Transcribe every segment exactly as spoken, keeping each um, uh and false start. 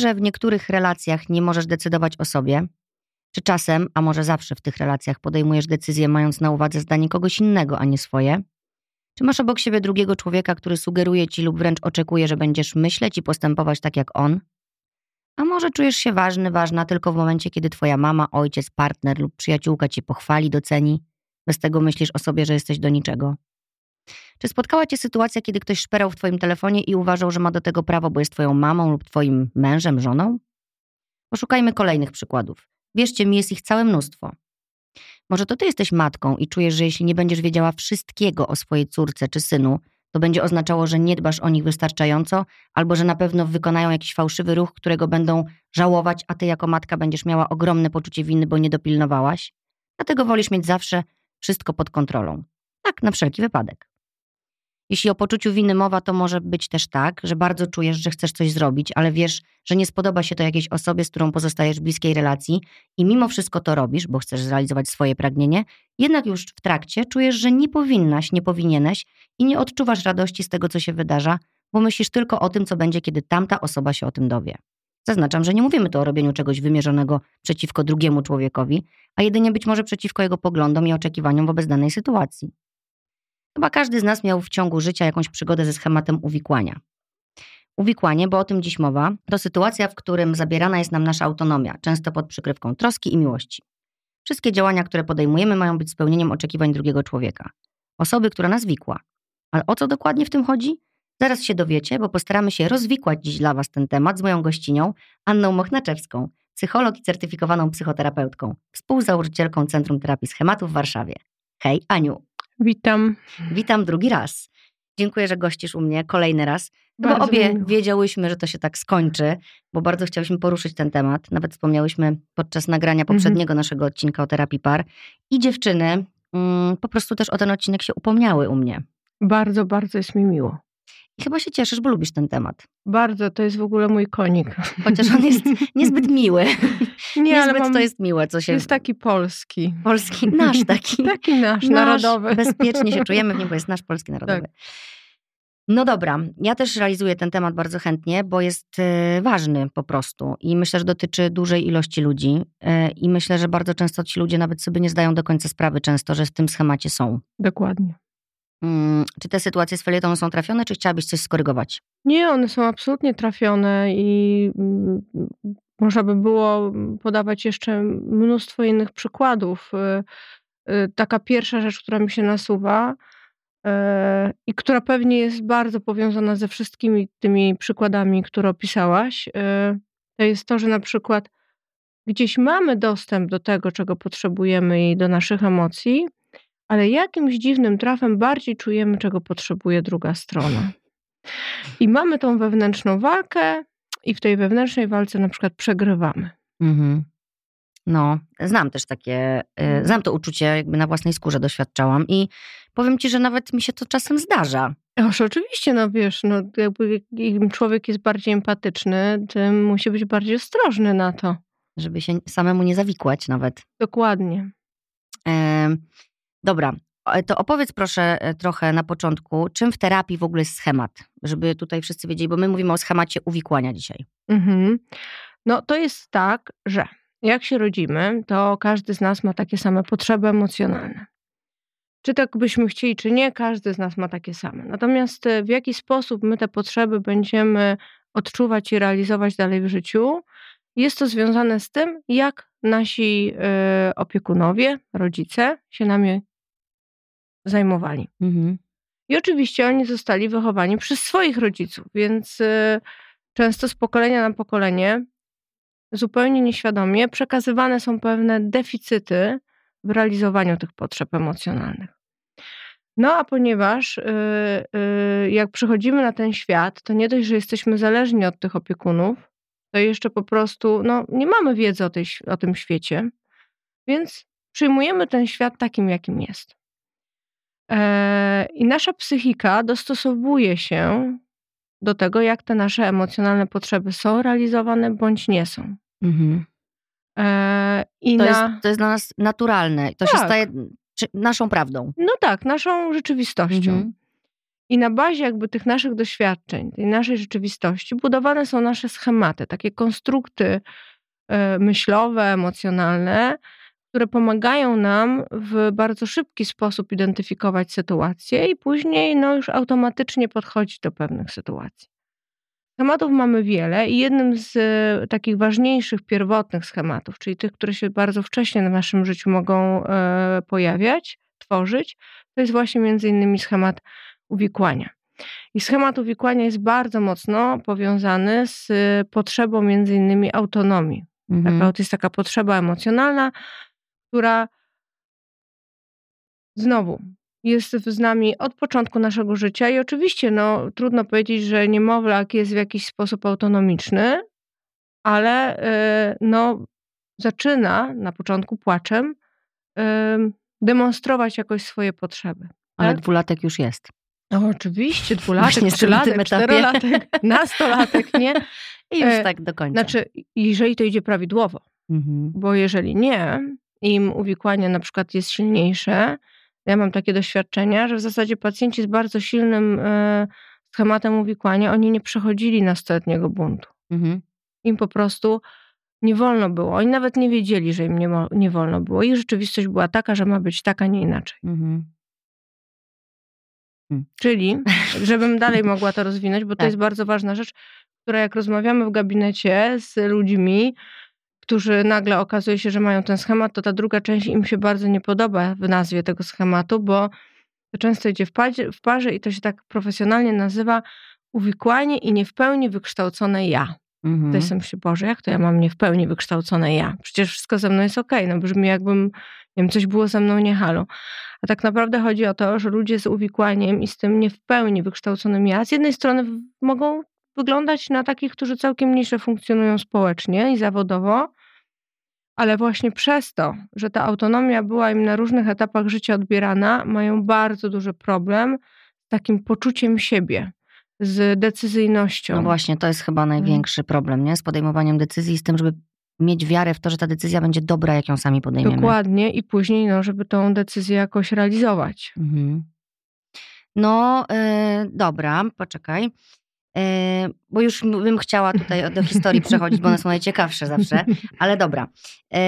że w niektórych relacjach nie możesz decydować o sobie? Czy czasem, a może zawsze w tych relacjach podejmujesz decyzje mając na uwadze zdanie kogoś innego, a nie swoje? Czy masz obok siebie drugiego człowieka, który sugeruje ci lub wręcz oczekuje, że będziesz myśleć i postępować tak jak on? A może czujesz się ważny, ważna tylko w momencie, kiedy twoja mama, ojciec, partner lub przyjaciółka cię pochwali, doceni? Bez tego myślisz o sobie, że jesteś do niczego? Czy spotkała cię sytuacja, kiedy ktoś szperał w twoim telefonie i uważał, że ma do tego prawo, bo jest twoją mamą lub twoim mężem, żoną? Poszukajmy kolejnych przykładów. Wierzcie mi, jest ich całe mnóstwo. Może to ty jesteś matką i czujesz, że jeśli nie będziesz wiedziała wszystkiego o swojej córce czy synu, to będzie oznaczało, że nie dbasz o nich wystarczająco, albo że na pewno wykonają jakiś fałszywy ruch, którego będą żałować, a ty jako matka będziesz miała ogromne poczucie winy, bo nie dopilnowałaś. Dlatego wolisz mieć zawsze wszystko pod kontrolą. Tak, na wszelki wypadek. Jeśli o poczuciu winy mowa, to może być też tak, że bardzo czujesz, że chcesz coś zrobić, ale wiesz, że nie spodoba się to jakiejś osobie, z którą pozostajesz w bliskiej relacji i mimo wszystko to robisz, bo chcesz zrealizować swoje pragnienie, jednak już w trakcie czujesz, że nie powinnaś, nie powinieneś i nie odczuwasz radości z tego, co się wydarza, bo myślisz tylko o tym, co będzie, kiedy tamta osoba się o tym dowie. Zaznaczam, że nie mówimy tu o robieniu czegoś wymierzonego przeciwko drugiemu człowiekowi, a jedynie być może przeciwko jego poglądom i oczekiwaniom wobec danej sytuacji. Chyba każdy z nas miał w ciągu życia jakąś przygodę ze schematem uwikłania. Uwikłanie, bo o tym dziś mowa, to sytuacja, w którym zabierana jest nam nasza autonomia, często pod przykrywką troski i miłości. Wszystkie działania, które podejmujemy, mają być spełnieniem oczekiwań drugiego człowieka. Osoby, która nas wikła. Ale o co dokładnie w tym chodzi? Zaraz się dowiecie, bo postaramy się rozwikłać dziś dla was ten temat z moją gościnią, Anną Mochnaczewską, psycholog i certyfikowaną psychoterapeutką, współzałożycielką Centrum Terapii Schematów w Warszawie. Hej, Aniu. Witam. Witam drugi raz. Dziękuję, że gościsz u mnie kolejny raz. No bo obie wiedziałyśmy, że to się tak skończy, bo bardzo chciałyśmy poruszyć ten temat. Nawet wspomniałyśmy podczas nagrania poprzedniego mm-hmm. naszego odcinka o terapii par. I dziewczyny mm, po prostu też o ten odcinek się upomniały u mnie. Bardzo, bardzo jest mi miło. I chyba się cieszysz, bo lubisz ten temat. Bardzo, to jest w ogóle mój konik. Chociaż on jest niezbyt miły. Nie, niezbyt ale mam... to jest miłe, co się... Jest taki polski. Polski, nasz taki. Taki nasz, nasz, narodowy. Bezpiecznie się czujemy w nim, bo jest nasz polski narodowy. Tak. No dobra, ja też realizuję ten temat bardzo chętnie, bo jest y, ważny po prostu i myślę, że dotyczy dużej ilości ludzi y, i myślę, że bardzo często ci ludzie nawet sobie nie zdają do końca sprawy często, że w tym schemacie są. Dokładnie. Hmm, czy te sytuacje z felietonu są trafione, czy chciałabyś coś skorygować? Nie, one są absolutnie trafione i mm, można by było podawać jeszcze mnóstwo innych przykładów. Y, y, taka pierwsza rzecz, która mi się nasuwa, i która pewnie jest bardzo powiązana ze wszystkimi tymi przykładami, które opisałaś, to jest to, że na przykład gdzieś mamy dostęp do tego, czego potrzebujemy i do naszych emocji, ale jakimś dziwnym trafem bardziej czujemy, czego potrzebuje druga strona. I mamy tą wewnętrzną walkę i w tej wewnętrznej walce na przykład przegrywamy. Mhm. No, znam też takie, y, znam to uczucie, jakby na własnej skórze doświadczałam i powiem ci, że nawet mi się to czasem zdarza. Oż oczywiście, no wiesz, no jakby im człowiek jest bardziej empatyczny, tym musi być bardziej ostrożny na to. Żeby się samemu nie zawikłać nawet. Dokładnie. E, dobra, to opowiedz proszę trochę na początku, czym w terapii w ogóle jest schemat, żeby tutaj wszyscy wiedzieli, bo my mówimy o schemacie uwikłania dzisiaj. Mhm. No to jest tak, że jak się rodzimy, to każdy z nas ma takie same potrzeby emocjonalne. Czy tak byśmy chcieli, czy nie, każdy z nas ma takie same. Natomiast w jaki sposób my te potrzeby będziemy odczuwać i realizować dalej w życiu, jest to związane z tym, jak nasi y, opiekunowie, rodzice się nami zajmowali. Mhm. I oczywiście oni zostali wychowani przez swoich rodziców, więc y, często z pokolenia na pokolenie zupełnie nieświadomie przekazywane są pewne deficyty w realizowaniu tych potrzeb emocjonalnych. No a ponieważ yy, yy, jak przychodzimy na ten świat, to nie dość, że jesteśmy zależni od tych opiekunów, to jeszcze po prostu no, nie mamy wiedzy o, tej, o tym świecie, więc przyjmujemy ten świat takim, jakim jest. Yy, I nasza psychika dostosowuje się do tego, jak te nasze emocjonalne potrzeby są realizowane bądź nie są. Mhm. E, i to, na... jest, to jest dla nas naturalne. To tak. się staje naszą prawdą. No tak, naszą rzeczywistością. Mhm. I na bazie jakby tych naszych doświadczeń, tej naszej rzeczywistości budowane są nasze schematy, takie konstrukty e, myślowe, emocjonalne, które pomagają nam w bardzo szybki sposób identyfikować sytuacje i później no, już automatycznie podchodzić do pewnych sytuacji. Schematów mamy wiele i jednym z e, takich ważniejszych, pierwotnych schematów, czyli tych, które się bardzo wcześnie w naszym życiu mogą e, pojawiać, tworzyć, to jest właśnie między innymi schemat uwikłania. I schemat uwikłania jest bardzo mocno powiązany z e, potrzebą między innymi autonomii. Mhm. Taka, to jest taka potrzeba emocjonalna, która znowu jest z nami od początku naszego życia i oczywiście no, trudno powiedzieć, że niemowlak jest w jakiś sposób autonomiczny, ale y, no, zaczyna na początku płaczem y, demonstrować jakoś swoje potrzeby. Ale Tak? dwulatek już jest. No, oczywiście, dwulatek, Właśnie jestem na tym trzylatek, etapie. czterolatek, nastolatek, nie? I już E, tak do końca. Znaczy, jeżeli to idzie prawidłowo, Mhm. bo jeżeli nie, im uwikłanie na przykład jest silniejsze, ja mam takie doświadczenia, że w zasadzie pacjenci z bardzo silnym e, schematem uwikłania, oni nie przechodzili nastoletniego buntu. Mhm. Im po prostu nie wolno było. Oni nawet nie wiedzieli, że im nie, mo- nie wolno było. Ich rzeczywistość była taka, że ma być taka, nie inaczej. Mhm. Czyli, żebym dalej mogła to rozwinąć, bo to Tak. jest bardzo ważna rzecz, która jak rozmawiamy w gabinecie z ludźmi, którzy nagle okazuje się, że mają ten schemat, to ta druga część im się bardzo nie podoba w nazwie tego schematu, bo to często idzie w parze, w parze i to się tak profesjonalnie nazywa uwikłanie i nie w pełni wykształcone ja. Mhm. To jest myślę, Boże, jak to ja mam nie w pełni wykształcone ja? Przecież wszystko ze mną jest okej, no brzmi jakbym, nie wiem, coś było ze mną nie halo. A tak naprawdę chodzi o to, że ludzie z uwikłaniem i z tym nie w pełni wykształconym ja, z jednej strony w- mogą wyglądać na takich, którzy całkiem nieźle funkcjonują społecznie i zawodowo, ale właśnie przez to, że ta autonomia była im na różnych etapach życia odbierana, mają bardzo duży problem z takim poczuciem siebie, z decyzyjnością. No właśnie, to jest chyba największy problem, nie? Z podejmowaniem decyzji i z tym, żeby mieć wiarę w to, że ta decyzja będzie dobra, jak ją sami podejmiemy. Dokładnie i później, no, żeby tą decyzję jakoś realizować. Mhm. No, y, dobra, poczekaj. Y, bo już m- bym chciała tutaj do historii przechodzić, bo one są najciekawsze zawsze. Ale dobra. Y,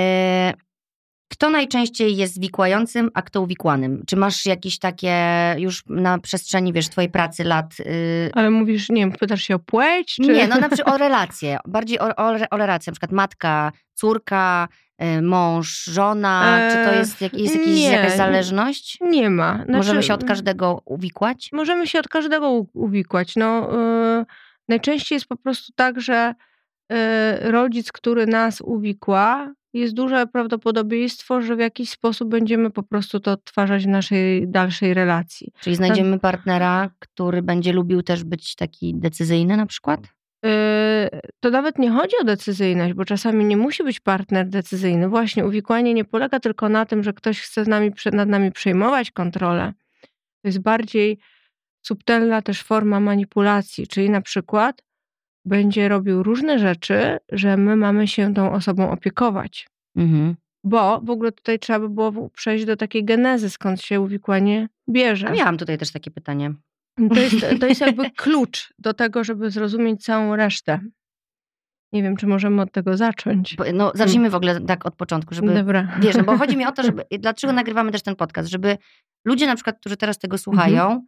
kto najczęściej jest wikłającym, a kto uwikłanym? Czy masz jakieś takie już na przestrzeni, wiesz, twojej pracy lat... y, Ale mówisz, nie wiem, pytasz się o płeć? Czy... Nie, no na przykład o relacje. Bardziej o, o, o relacje. Na przykład matka, córka, y, mąż, żona. E, Czy to jest, jak, jest jakiś, nie, jakaś zależność? Nie ma. Znaczy, Możemy się od każdego uwikłać? Możemy się od każdego u- uwikłać. No, y, najczęściej jest po prostu tak, że y, rodzic, który nas uwikła, jest duże prawdopodobieństwo, że w jakiś sposób będziemy po prostu to odtwarzać w naszej dalszej relacji. Czyli znajdziemy partnera, który będzie lubił też być taki decyzyjny na przykład? Y, To nawet nie chodzi o decyzyjność, bo czasami nie musi być partner decyzyjny. Właśnie uwikłanie nie polega tylko na tym, że ktoś chce z nami, prze- nad nami przejmować kontrolę. To jest bardziej subtelna też forma manipulacji, czyli na przykład będzie robił różne rzeczy, że my mamy się tą osobą opiekować. Mhm. Bo w ogóle tutaj trzeba by było w- przejść do takiej genezy, skąd się uwikłanie bierze. A miałam tutaj też takie pytanie. To jest, to jest jakby klucz do tego, żeby zrozumieć całą resztę. Nie wiem, czy możemy od tego zacząć. Bo, no, zacznijmy w ogóle tak od początku, żeby... Dobra. Wiesz, no bo chodzi mi o to, żeby... Dlaczego nagrywamy też ten podcast? Żeby ludzie na przykład, którzy teraz tego słuchają,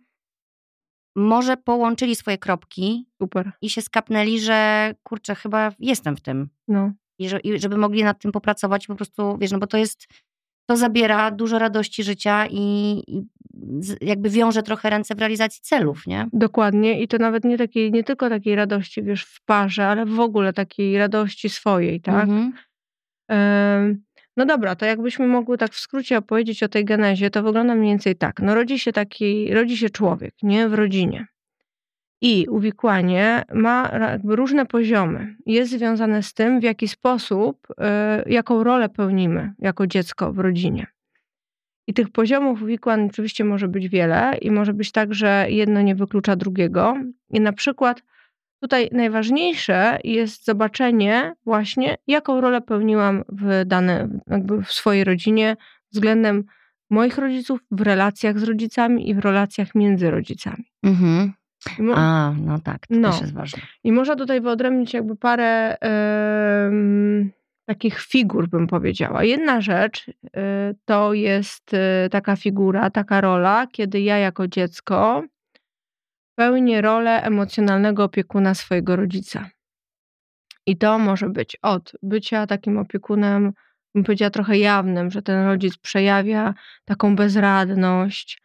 może połączyli swoje kropki Super. i się skapnęli, że kurczę, chyba jestem w tym. No. I, że, I żeby mogli nad tym popracować, po prostu, wiesz, no bo to jest, to zabiera dużo radości życia i, i z, jakby wiąże trochę ręce w realizacji celów, nie? Dokładnie. I to nawet nie takiej, nie tylko takiej radości, wiesz, w parze, ale w ogóle takiej radości swojej, tak? Mhm. Em, No dobra, to jakbyśmy mogły tak w skrócie opowiedzieć o tej genezie, to wygląda mniej więcej tak. No rodzi się taki, rodzi się człowiek, nie? W rodzinie. I uwikłanie ma ra- jakby różne poziomy. Jest związane z tym, w jaki sposób, y, jaką rolę pełnimy jako dziecko w rodzinie. I tych poziomów uwikłań oczywiście może być wiele i może być tak, że jedno nie wyklucza drugiego. I na przykład tutaj najważniejsze jest zobaczenie właśnie, jaką rolę pełniłam w dane, jakby w swojej rodzinie względem moich rodziców, w relacjach z rodzicami i w relacjach między rodzicami. Mhm. I mo- A, no tak, to No. też jest ważne. I można tutaj wyodrębnić jakby parę em, takich figur, bym powiedziała. Jedna rzecz y, to jest y, taka figura, taka rola, kiedy ja jako dziecko pełnię rolę emocjonalnego opiekuna swojego rodzica. I to może być od bycia takim opiekunem, bym powiedziała, trochę jawnym, że ten rodzic przejawia taką bezradność,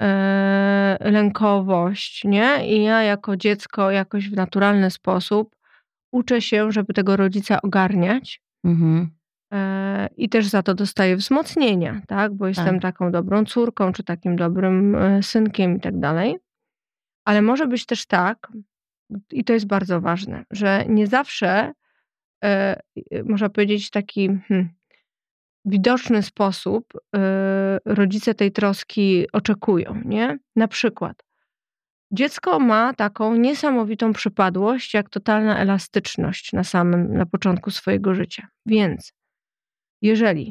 e, lękowość, nie? I ja jako dziecko jakoś w naturalny sposób uczę się, żeby tego rodzica ogarniać. Mhm. e, I też za to dostaję wzmocnienia, tak? Bo jestem Tak. taką dobrą córką, czy takim dobrym e, synkiem i tak dalej. Ale może być też tak, i to jest bardzo ważne, że nie zawsze e, y, można powiedzieć, w taki hmm, widoczny sposób e, rodzice tej troski oczekują, nie? Na przykład dziecko ma taką niesamowitą przypadłość, jak totalna elastyczność na samym, na początku swojego życia. Więc jeżeli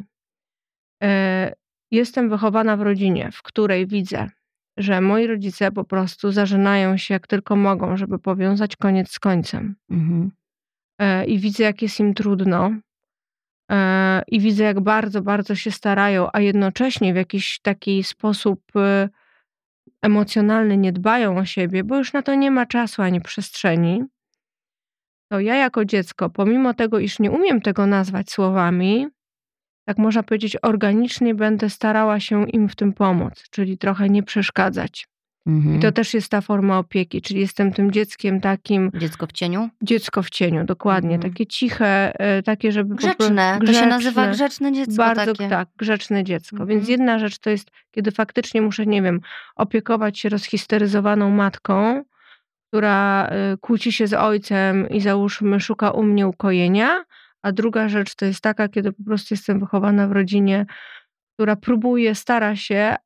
e, jestem wychowana w rodzinie, w której widzę, że moi rodzice po prostu zażynają się jak tylko mogą, żeby powiązać koniec z końcem, Mhm. e, i widzę, jak jest im trudno, e, i widzę, jak bardzo, bardzo się starają, a jednocześnie w jakiś taki sposób e, emocjonalny nie dbają o siebie, bo już na to nie ma czasu ani przestrzeni, to ja jako dziecko, pomimo tego, iż nie umiem tego nazwać słowami, tak można powiedzieć, organicznie będę starała się im w tym pomóc, czyli trochę nie przeszkadzać. I Mhm. to też jest ta forma opieki, czyli jestem tym dzieckiem takim, Dziecko w cieniu? dziecko w cieniu, dokładnie, Mhm. takie ciche, e, takie, żeby po prostu Grzeczne. To się nazywa grzeczne dziecko bardzo takie. tak, grzeczne dziecko. Mhm. Więc jedna rzecz to jest, kiedy faktycznie muszę, nie wiem, opiekować się rozhisteryzowaną matką, która y, kłóci się z ojcem i załóżmy szuka u mnie ukojenia, a druga rzecz to jest taka, kiedy po prostu jestem wychowana w rodzinie, która próbuje, stara się,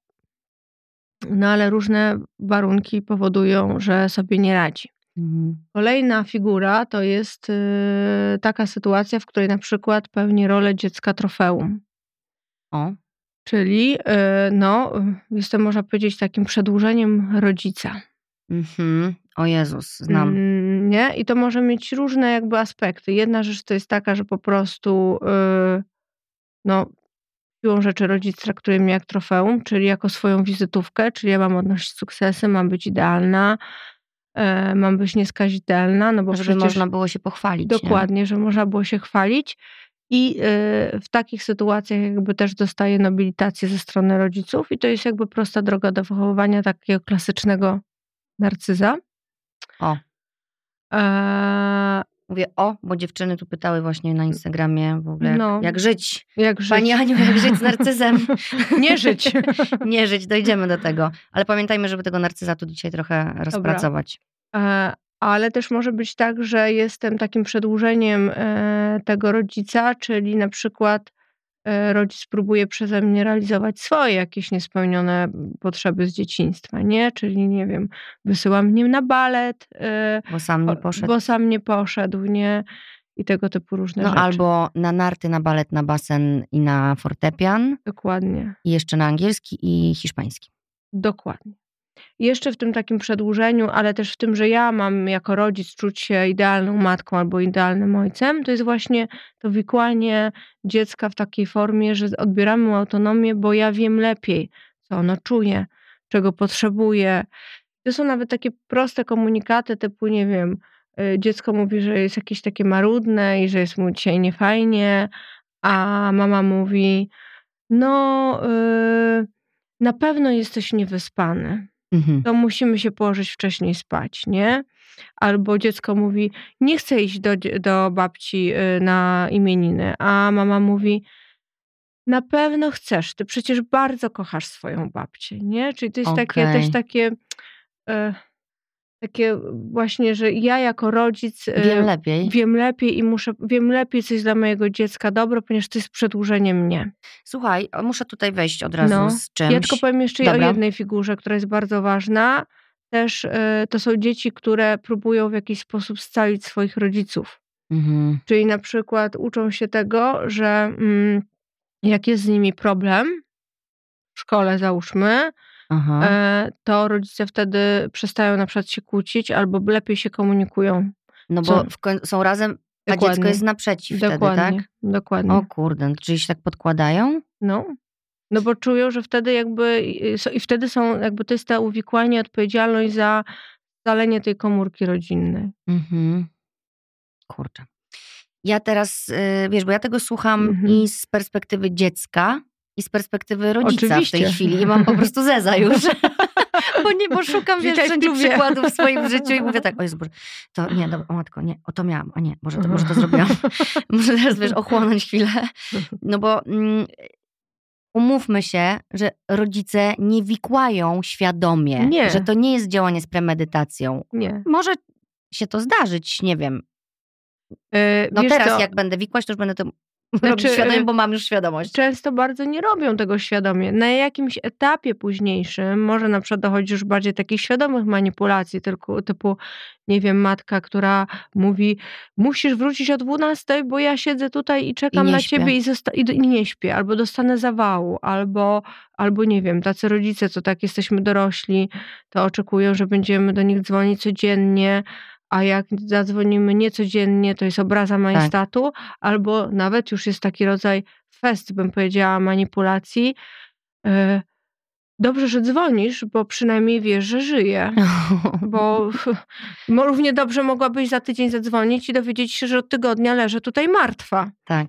no ale różne warunki powodują, że sobie nie radzi. Mhm. Kolejna figura to jest y, taka sytuacja, w której na przykład pełni rolę dziecka trofeum. O. Czyli y, no, y, jestem, można powiedzieć, takim przedłużeniem rodzica. Mhm. O Jezus, znam. Mm, nie? I to może mieć różne jakby aspekty. Jedna rzecz to jest taka, że po prostu y, no, siłą rzeczy rodzic traktuje mnie jak trofeum, czyli jako swoją wizytówkę, czyli ja mam odnosić sukcesy, mam być idealna, e, mam być nieskazitelna, no bo Żeby przecież można było się pochwalić, nie? dokładnie, że można było się chwalić i y, w takich sytuacjach jakby też dostaję nobilitację ze strony rodziców i to jest jakby prosta droga do wychowywania takiego klasycznego narcyza. O. E, Mówię o, bo dziewczyny tu pytały właśnie na Instagramie w ogóle jak, No. jak żyć. jak żyć? Pani Aniu, jak żyć z narcyzem? Nie żyć. Nie żyć, dojdziemy do tego. Ale pamiętajmy, żeby tego narcyza tu dzisiaj trochę rozpracować. E, ale też może być tak, że jestem takim przedłużeniem e, tego rodzica, czyli na przykład e, rodzic próbuje przeze mnie realizować swoje jakieś niespełnione potrzeby z dzieciństwa, nie? Czyli nie wiem, wysyła mnie na balet, e, Bo sam nie poszedł. bo sam nie poszedł, nie? I tego typu różne No rzeczy. albo na narty, na balet, na basen i na fortepian. Dokładnie. I jeszcze na angielski i hiszpański. Dokładnie. Jeszcze w tym takim przedłużeniu, ale też w tym, że ja mam jako rodzic czuć się idealną matką albo idealnym ojcem, to jest właśnie to wikłanie dziecka w takiej formie, że odbieramy mu autonomię, bo ja wiem lepiej, co ono czuje, czego potrzebuje. To są nawet takie proste komunikaty typu, nie wiem, y, dziecko mówi, że jest jakieś takie marudne i że jest mu dzisiaj niefajnie, a mama mówi, no y, na pewno jesteś niewyspany. Mhm. To musimy się położyć wcześniej spać, nie? Albo dziecko mówi, nie chcę iść do, do babci y, na imieniny, a mama mówi, na pewno chcesz, ty przecież bardzo kochasz swoją babcię, nie? Czyli to jest takie Okej. też takie, e, takie właśnie, że ja jako rodzic e, Wiem lepiej. wiem lepiej i muszę, wiem lepiej, co jest dla mojego dziecka dobre, ponieważ to jest przedłużenie mnie. Słuchaj, muszę tutaj wejść od razu No. z czymś. Ja tylko powiem jeszcze Dobra. o jednej figurze, która jest bardzo ważna. Też e, to są dzieci, które próbują w jakiś sposób scalić swoich rodziców. Mhm. Czyli na przykład uczą się tego, że mm, jak jest z nimi problem w w szkole załóżmy, Aha. e, to rodzice wtedy przestają na przykład się kłócić albo lepiej się komunikują. No Co? bo w koń- są razem, a dziecko Dokładnie. jest naprzeciw wtedy, Dokładnie, tak? dokładnie. O kurde, no czyli się tak podkładają? No. No bo czują, że wtedy jakby i wtedy są, jakby to jest ta uwikłanie, odpowiedzialność za scalenie tej komórki rodzinnej. Mhm. Kurczę. Ja teraz, y, wiesz, bo ja tego słucham Mhm. i z perspektywy dziecka, i z perspektywy rodzica Oczywiście. w tej chwili i mam po prostu zeza już. bo, nie, bo szukam, wiesz, Witaj w wszędzie klubie. przykładów w swoim życiu i mówię tak, o Jezu, Boże, to nie, dobra, o matko, nie, o to miałam, a nie, może to, może to zrobiłam. Muszę teraz, wiesz, ochłonąć chwilę. No bo mm, umówmy się, że rodzice nie wikłają świadomie, Nie. że to nie jest działanie z premedytacją. Nie. Może się to zdarzyć, nie wiem. E, No wiesz teraz co, jak będę wikłać, to już będę to Znaczy, robić świadomie, y, bo mam już świadomość. często bardzo nie robią tego świadomie. Na jakimś etapie późniejszym może na przykład dochodzi już bardziej takich świadomych manipulacji, tylko typu, nie wiem, matka, która mówi, musisz wrócić o dwunastej, bo ja siedzę tutaj i czekam nie na śpię. ciebie i, zosta- i, i nie śpię, albo dostanę zawału, albo, albo nie wiem, tacy rodzice, co tak jesteśmy dorośli, to oczekują, że będziemy do nich dzwonić codziennie, a jak zadzwonimy niecodziennie, to jest obraza majestatu, albo nawet już jest taki rodzaj fest, bym powiedziała, manipulacji. E, Dobrze, że dzwonisz, bo przynajmniej wiesz, że żyję. Bo mo- równie dobrze mogłabyś za tydzień zadzwonić i dowiedzieć się, że od tygodnia leżę tutaj martwa. Tak.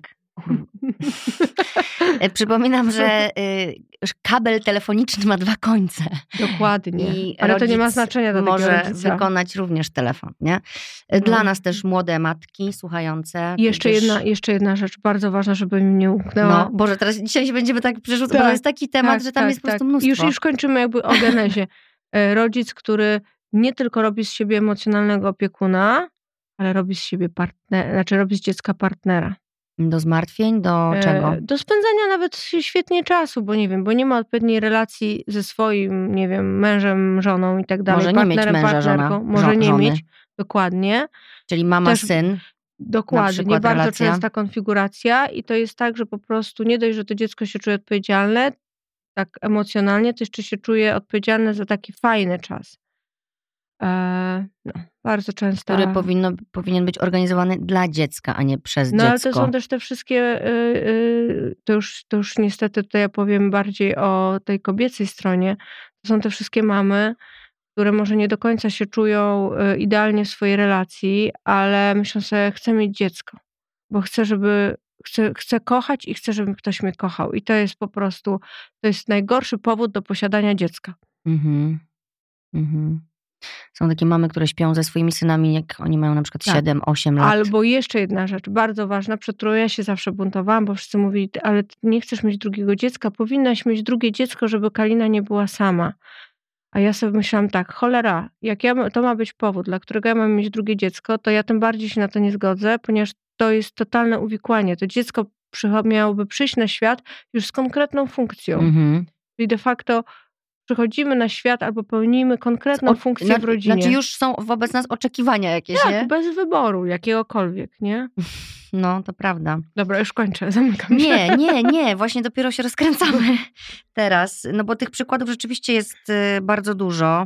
E, Przypominam, że y, kabel telefoniczny ma dwa końce. Dokładnie. I Ale to nie ma rodzic znaczenia dla takiego może rodzica. wykonać również telefon, nie? E, Dla No. nas też młode matki słuchające. I jeszcze gdyż- jedna, jeszcze jedna rzecz bardzo ważna, żeby mi nie umknęła. No, Boże, teraz dzisiaj się będziemy tak przerzucać, bo Tak, to jest taki temat, tak, że tam tak, jest po prostu tak. mnóstwo. Już, już kończymy jakby o genezie. E, Rodzic, który nie tylko robi z siebie emocjonalnego opiekuna, ale robi z siebie partnera, znaczy robi z dziecka partnera. Do zmartwień, do E, czego? Do spędzania nawet świetnie czasu, bo nie wiem, bo nie ma odpowiedniej relacji ze swoim, nie wiem, mężem, żoną i tak dalej. Może nie mieć partnerem, męża, żona, partnerką. Może żo- nie żony. mieć, dokładnie. Czyli mama, też- syn. Dokładnie, przykład bardzo relacja. częsta konfiguracja i to jest tak, że po prostu nie dość, że to dziecko się czuje odpowiedzialne, tak emocjonalnie, to jeszcze się czuje odpowiedzialne za taki fajny czas. E, no, bardzo często. Który powinno, powinien być organizowany dla dziecka, a nie przez No ale dziecko. to są też te wszystkie, y, y, to, już, to już niestety tutaj ja powiem bardziej o tej kobiecej stronie, to są te wszystkie mamy, które może nie do końca się czują y, idealnie w swojej relacji, ale myślą sobie, chcę mieć dziecko, bo chcę, żeby, chcę, chcę kochać i chcę, żeby ktoś mnie kochał. I to jest po prostu, to jest najgorszy powód do posiadania dziecka. Mhm. Mhm. Są takie mamy, które śpią ze swoimi synami, jak oni mają na przykład Tak. siedem osiem lat. Albo jeszcze jedna rzecz, bardzo ważna, przed którą ja się zawsze buntowałam, bo wszyscy mówili, ale ty nie chcesz mieć drugiego dziecka, powinnaś mieć drugie dziecko, żeby Kalina nie była sama. A ja sobie myślałam tak, cholera, jak ja, to ma być powód, dla którego ja mam mieć drugie dziecko, to ja tym bardziej się na to nie zgodzę, ponieważ to jest totalne uwikłanie. To dziecko przycho- miałoby przyjść na świat już z konkretną funkcją. Mhm. Czyli de facto przychodzimy na świat albo pełnimy konkretną O- funkcję na- w rodzinie. Znaczy już są wobec nas oczekiwania jakieś, tak, nie? bez wyboru jakiegokolwiek, nie? No, to prawda. Dobra, już kończę, zamykam się. Nie, nie, nie, właśnie dopiero się rozkręcamy teraz, no bo tych przykładów rzeczywiście jest y, bardzo dużo.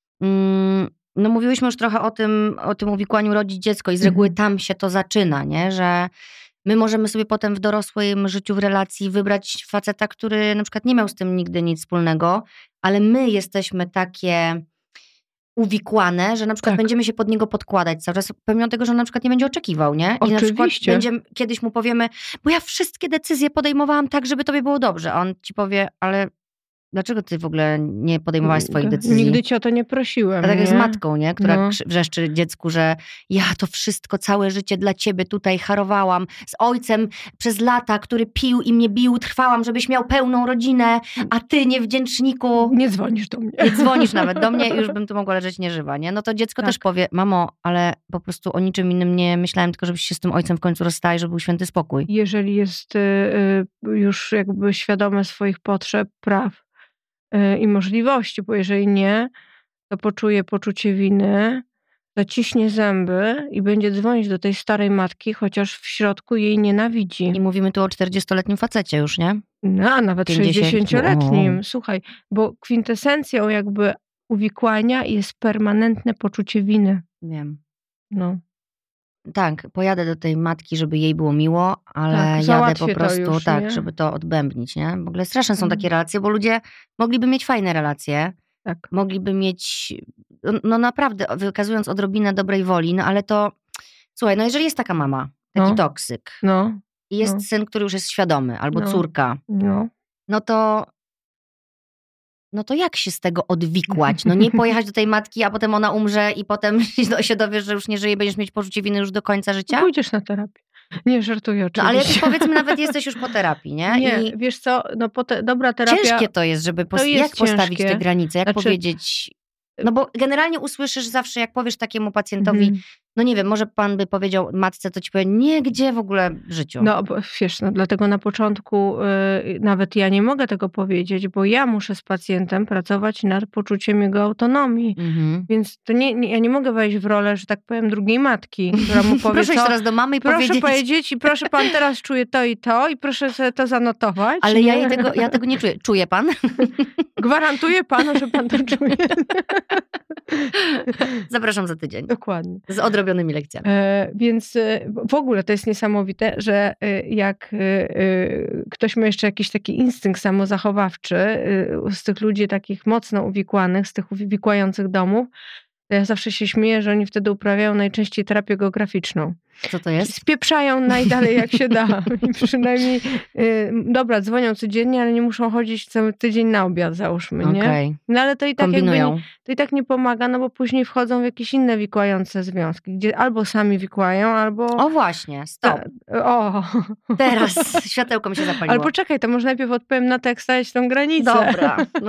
Mm, No mówiłyśmy już trochę o tym, o tym uwikłaniu rodzic dziecko i z reguły Mhm. tam się to zaczyna, nie? Że my możemy sobie potem w dorosłym życiu, w relacji wybrać faceta, który na przykład nie miał z tym nigdy nic wspólnego, ale my jesteśmy takie uwikłane, że na przykład Tak. będziemy się pod niego podkładać cały czas, pomimo tego, że on na przykład nie będzie oczekiwał, nie? I na przykład Oczywiście. będziemy, kiedyś mu powiemy, bo ja wszystkie decyzje podejmowałam tak, żeby tobie było dobrze. A on ci powie, ale dlaczego ty w ogóle nie podejmowałaś swoich decyzji? Nigdy cię o to nie prosiłem. A tak jak z nie? matką, nie? Która No. krzy- wrzeszczy dziecku, że ja to wszystko, całe życie dla ciebie tutaj harowałam. Z ojcem przez lata, który pił i mnie bił, trwałam, żebyś miał pełną rodzinę, a ty, niewdzięczniku, Nie dzwonisz do mnie. nie dzwonisz nawet do mnie i już bym tu mogła leżeć nieżywa, nie? No to dziecko Tak. też powie, mamo, ale po prostu o niczym innym nie myślałem, tylko żebyś się z tym ojcem w końcu rozstała i żeby był święty spokój. Jeżeli jest y, y, już jakby świadome swoich potrzeb, praw y, i możliwości, bo jeżeli nie, to poczuje poczucie winy, zaciśnie zęby i będzie dzwonić do tej starej matki, chociaż w środku jej nienawidzi. I mówimy tu o czterdziestoletnim facecie już, nie? No, a nawet sześćdziesięcioletnim. Słuchaj, bo kwintesencją jakby uwikłania jest permanentne poczucie winy. Wiem. No. Tak, pojadę do tej matki, żeby jej było miło, ale Tak, jadę załatwię po to prostu już, tak, nie? żeby to odbębnić, nie? W ogóle straszne są Mm. takie relacje, bo ludzie mogliby mieć fajne relacje, Tak. mogliby mieć, no- no naprawdę, wykazując odrobinę dobrej woli, no ale to, słuchaj, no jeżeli jest taka mama, taki No. toksyk No, i jest no. syn, który już jest świadomy, albo No. córka, no. no to no to jak się z tego odwikłać? No nie pojechać do tej matki, a potem ona umrze i potem się dowiesz, że już nie żyje, będziesz mieć poczucie winy już do końca życia? Pójdziesz na terapię. Nie, żartuję No oczywiście. ale jak już powiedzmy nawet jesteś już po terapii, nie? Nie, I wiesz co, no po te, dobra terapia... ciężkie to jest, żeby pos- to jest jak postawić ciężkie. te granice, jak Znaczy- powiedzieć... No bo generalnie usłyszysz zawsze, jak powiesz takiemu pacjentowi, Mhm. no nie wiem, może pan by powiedział matce, to ci powie, nie, gdzie w ogóle w życiu. No bo wiesz, no dlatego na początku y, nawet ja nie mogę tego powiedzieć, bo ja muszę z pacjentem pracować nad poczuciem jego autonomii. Mhm. Więc to nie, nie, ja nie mogę wejść w rolę, że tak powiem, drugiej matki, która mu powie, Proszę iść co, teraz do mamy i proszę powiedzieć... powiedzieć i proszę pan teraz czuje to i to i proszę sobie to zanotować. Ale ja, nie? jej tego, ja tego nie czuję. Czuje pan? Gwarantuję panu, że pan to czuje. Zapraszam za tydzień. Dokładnie. Z odrobionymi lekcjami. E, więc e, w ogóle to jest niesamowite, że e, jak e, e, ktoś ma jeszcze jakiś taki instynkt samozachowawczy e, z tych ludzi takich mocno uwikłanych, z tych uwikłających domów, to ja zawsze się śmieję, że oni wtedy uprawiają najczęściej terapię geograficzną. Co to jest? Spieprzają najdalej jak się da. I przynajmniej, y, dobra, dzwonią codziennie, ale nie muszą chodzić cały tydzień na obiad, załóżmy, nie? Okej. No ale to i tak jakby Kombinują. nie, to i tak nie pomaga, no bo później wchodzą w jakieś inne wikłające związki, gdzie albo sami wikłają, albo... O właśnie, stop. Ta- o. Teraz światełko mi się zapaliło. Ale poczekaj, to może najpierw odpowiem na tekst, dać tą granicę. Dobra. No.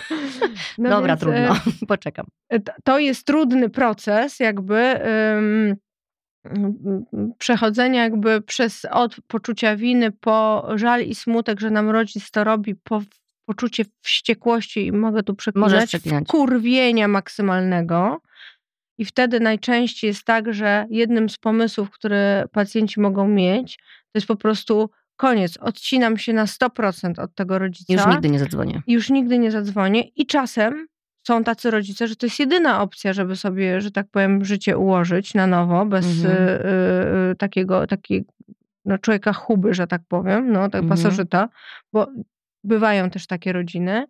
No Dobra, więc, trudno. e, Poczekam. t- To jest trudny proces jakby ym, ym, przechodzenia jakby przez od poczucia winy po żal i smutek, że nam rodzic to robi, po poczucie wściekłości i mogę tu Możesz przeklinać, przeklinać. wkurwienia maksymalnego. I wtedy najczęściej jest tak, że jednym z pomysłów, które pacjenci mogą mieć, to jest po prostu koniec, odcinam się na sto procent od tego rodzica. Już nigdy nie zadzwonię. Już nigdy nie zadzwonię i czasem są tacy rodzice, że to jest jedyna opcja, żeby sobie, że tak powiem, życie ułożyć na nowo, bez Mhm. y, y, takiego, takiego no, człowieka chuby, że tak powiem, no, tak Mhm. pasożyta, bo bywają też takie rodziny,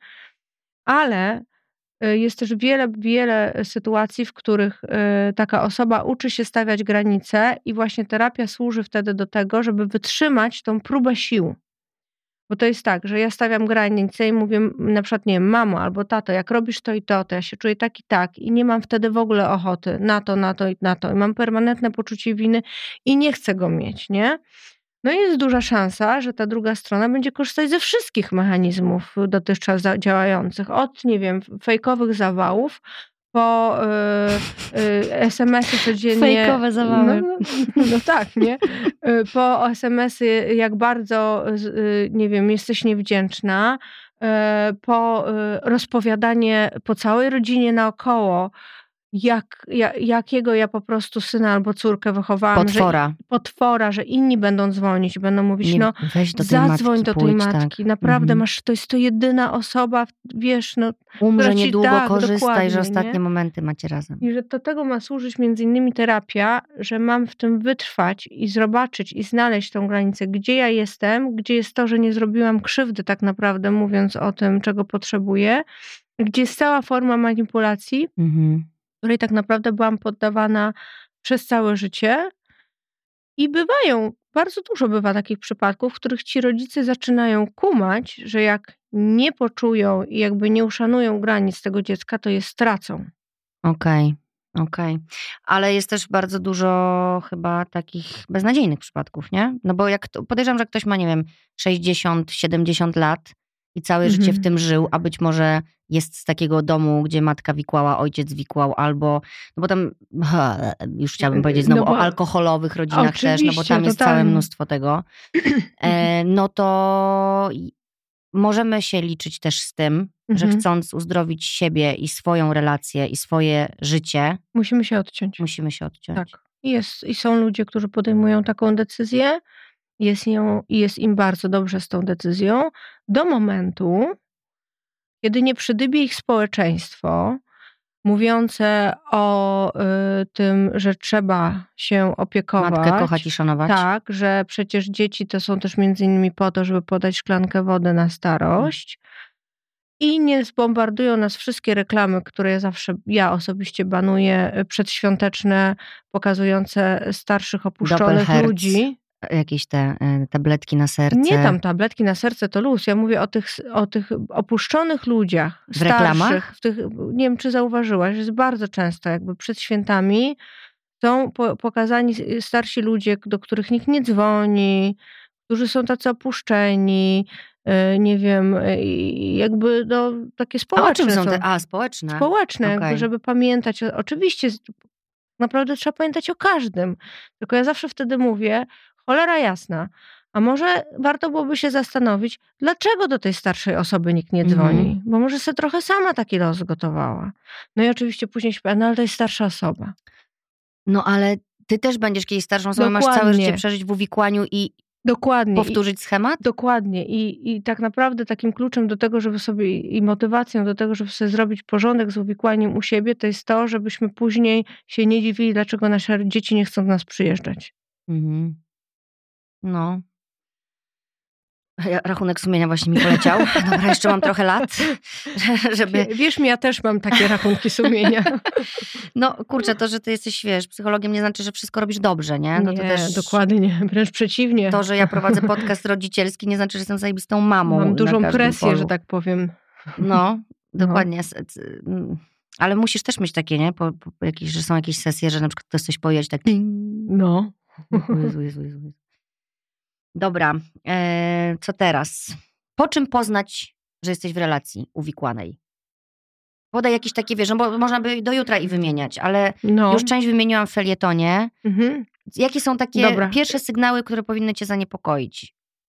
ale y, jest też wiele, wiele sytuacji, w których y, taka osoba uczy się stawiać granice i właśnie terapia służy wtedy do tego, żeby wytrzymać tą próbę sił. Bo to jest tak, że ja stawiam granice i mówię na przykład, nie wiem, mamo albo tato, jak robisz to i to, to ja się czuję tak i tak i nie mam wtedy w ogóle ochoty na to, na to i na to. I mam permanentne poczucie winy i nie chcę go mieć, nie? No i jest duża szansa, że ta druga strona będzie korzystać ze wszystkich mechanizmów dotychczas za- działających. Od, nie wiem, fejkowych zawałów, po y, y, es em esy codziennie. Fejkowe zawały. No, no, no tak, nie? Y, Po es em esy, jak bardzo, y, nie wiem, jesteś niewdzięczna, y, po y, rozpowiadanie po całej rodzinie naokoło, jak, ja, jakiego ja po prostu syna albo córkę wychowałam. Potwora. Że, potwora, że inni będą dzwonić i będą mówić, Nie, no weź do tej zadzwoń matki, do tej pójdź, matki, tak. naprawdę Mhm. masz, to jest to jedyna osoba, wiesz, no Umrze która ci- niedługo, tak, korzystaj, dokładnie, że ostatnie nie? momenty macie razem. I że do tego ma służyć między innymi terapia, że mam w tym wytrwać i zobaczyć i znaleźć tą granicę, gdzie ja jestem, gdzie jest to, że nie zrobiłam krzywdy tak naprawdę, mówiąc o tym, czego potrzebuję, gdzie jest cała forma manipulacji, Mhm. której tak naprawdę byłam poddawana przez całe życie. I bywają, bardzo dużo bywa takich przypadków, w których ci rodzice zaczynają kumać, że jak nie poczują i jakby nie uszanują granic tego dziecka, to je stracą. Okej, okej. Ale jest też bardzo dużo chyba takich beznadziejnych przypadków, nie? No bo jak to, podejrzewam, że ktoś ma, nie wiem, sześćdziesiąt, siedemdziesiąt lat i całe życie w Mhm. tym żył, a być może jest z takiego domu, gdzie matka wikłała, ojciec wikłał, albo, no bo tam, ha, już chciałabym powiedzieć znowu No bo- o alkoholowych rodzinach też, no bo Oczywiście, tam jest całe totalnie. mnóstwo tego. E, no to i- możemy się liczyć też z tym, że Mhm. chcąc uzdrowić siebie i swoją relację i swoje życie, Musimy się odciąć. musimy się odciąć. Tak. I Jest, I są ludzie, którzy podejmują taką decyzję jest, ją, jest im bardzo dobrze z tą decyzją do momentu, kiedy nie przydybie ich społeczeństwo, mówiące o y, tym, że trzeba się opiekować. Matkę kochać i szanować. Tak, że przecież dzieci to są też między innymi po to, żeby podać szklankę wody na starość. I nie zbombardują nas wszystkie reklamy, które ja zawsze, ja osobiście banuję, przedświąteczne, pokazujące starszych, opuszczonych Doppelherz, ludzi. jakieś te y, tabletki na serce. Nie tam tabletki na serce to luz. Ja mówię o tych, o tych opuszczonych ludziach, W reklamach? starszych. W tych, nie wiem, czy zauważyłaś, jest bardzo często jakby przed świętami są po, pokazani starsi ludzie, do których nikt nie dzwoni, którzy są tacy opuszczeni, y, nie wiem, y, jakby no, takie A społeczne o czym są są. te? A, społeczne. Społeczne, jakby, Okej. żeby pamiętać. o- Oczywiście z- naprawdę trzeba pamiętać o każdym. Tylko ja zawsze wtedy mówię, cholera jasna, a może warto byłoby się zastanowić, dlaczego do tej starszej osoby nikt nie dzwoni? Mhm. Bo może sobie trochę sama taki los zgotowała. No i oczywiście później się powie, no ale to jest starsza osoba. No ale ty też będziesz kiedyś starszą osobą, masz całe Dokładnie. życie przeżyć w uwikłaniu i Dokładnie. I, powtórzyć schemat? dokładnie. I, I tak naprawdę takim kluczem do tego, żeby sobie i motywacją do tego, żeby sobie zrobić porządek z uwikłaniem u siebie, to jest to, żebyśmy później się nie dziwili, dlaczego nasze dzieci nie chcą do nas przyjeżdżać. Mhm. No. Ja- Rachunek sumienia właśnie mi poleciał. Dobra, jeszcze mam trochę lat, żeby... Wiesz mi, ja też mam takie rachunki sumienia. No kurczę, to, że ty jesteś, wiesz, psychologiem nie znaczy, że wszystko robisz dobrze, nie? No Nie, to też dokładnie, wręcz przeciwnie. to, że ja prowadzę podcast rodzicielski nie znaczy, że jestem zajebistą mamą. Mam na dużą każdym presję, polu. że tak powiem. No, dokładnie. S- c- mm. Ale musisz też mieć takie, nie? Po, po, jakieś, że są jakieś sesje, że na przykład ktoś coś powie, tak ding. No. Jezu, Jezu, Jezu, Jezu. Dobra, e, co teraz? Po czym poznać, że jesteś w relacji uwikłanej? Podaj jakieś takie, wiesz, no bo można by do jutra i wymieniać, ale No. już część wymieniłam w felietonie. Mhm. Jakie są takie Dobra. pierwsze sygnały, które powinny cię zaniepokoić?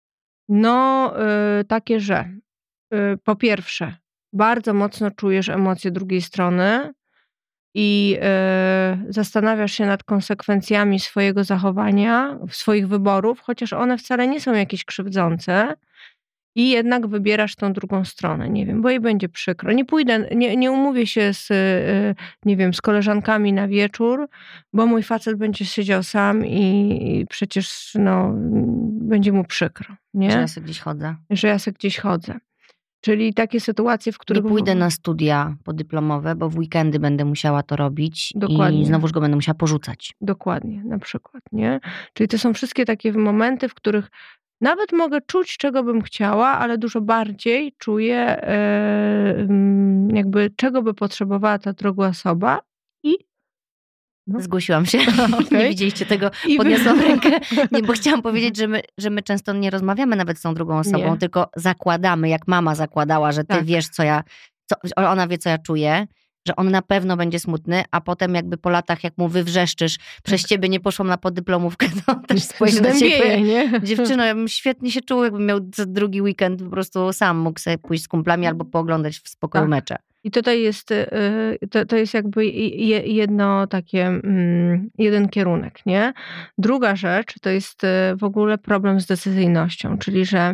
No, y, takie, że y, po pierwsze, bardzo mocno czujesz emocje drugiej strony i y, zastanawiasz się nad konsekwencjami swojego zachowania, swoich wyborów, chociaż one wcale nie są jakieś krzywdzące. I jednak wybierasz tą drugą stronę, nie wiem, bo jej będzie przykro. Nie pójdę, nie, nie umówię się z, y, nie wiem, z koleżankami na wieczór, bo mój facet będzie siedział sam i, i przecież no, będzie mu przykro, nie? Że ja sobie gdzieś chodzę. Że ja sobie gdzieś chodzę. Czyli takie sytuacje, w Nie których... pójdę na studia podyplomowe, bo w weekendy będę musiała to robić Dokładnie. i znowuż go będę musiała porzucać. Dokładnie, na przykład, nie? Czyli to są wszystkie takie momenty, w których nawet mogę czuć, czego bym chciała, ale dużo bardziej czuję e, mm, jakby czego by potrzebowała ta druga osoba i no. Zgłosiłam się. Okej. Nie widzieliście tego, I wy- podniosłam rękę. Nie, bo chciałam powiedzieć, że my, że my często nie rozmawiamy nawet z tą drugą osobą, Nie. tylko zakładamy, jak mama zakładała, że ty Tak. wiesz, co ja, co, ona wie, co ja czuję, że on na pewno będzie smutny, a potem jakby po latach, jak mu wywrzeszczysz, przez ciebie nie poszłam na podyplomówkę, to on też spojrzy na ciebie. Zdębieje, nie? Dziewczyno, ja bym świetnie się czuł, jakbym miał co drugi weekend po prostu sam mógł sobie pójść z kumplami albo pooglądać w spokoju Tak. mecze. I tutaj jest, y, to, to jest jakby je- jedno takie, mm, jeden kierunek, nie? Druga rzecz to jest y, w ogóle problem z decyzyjnością, czyli że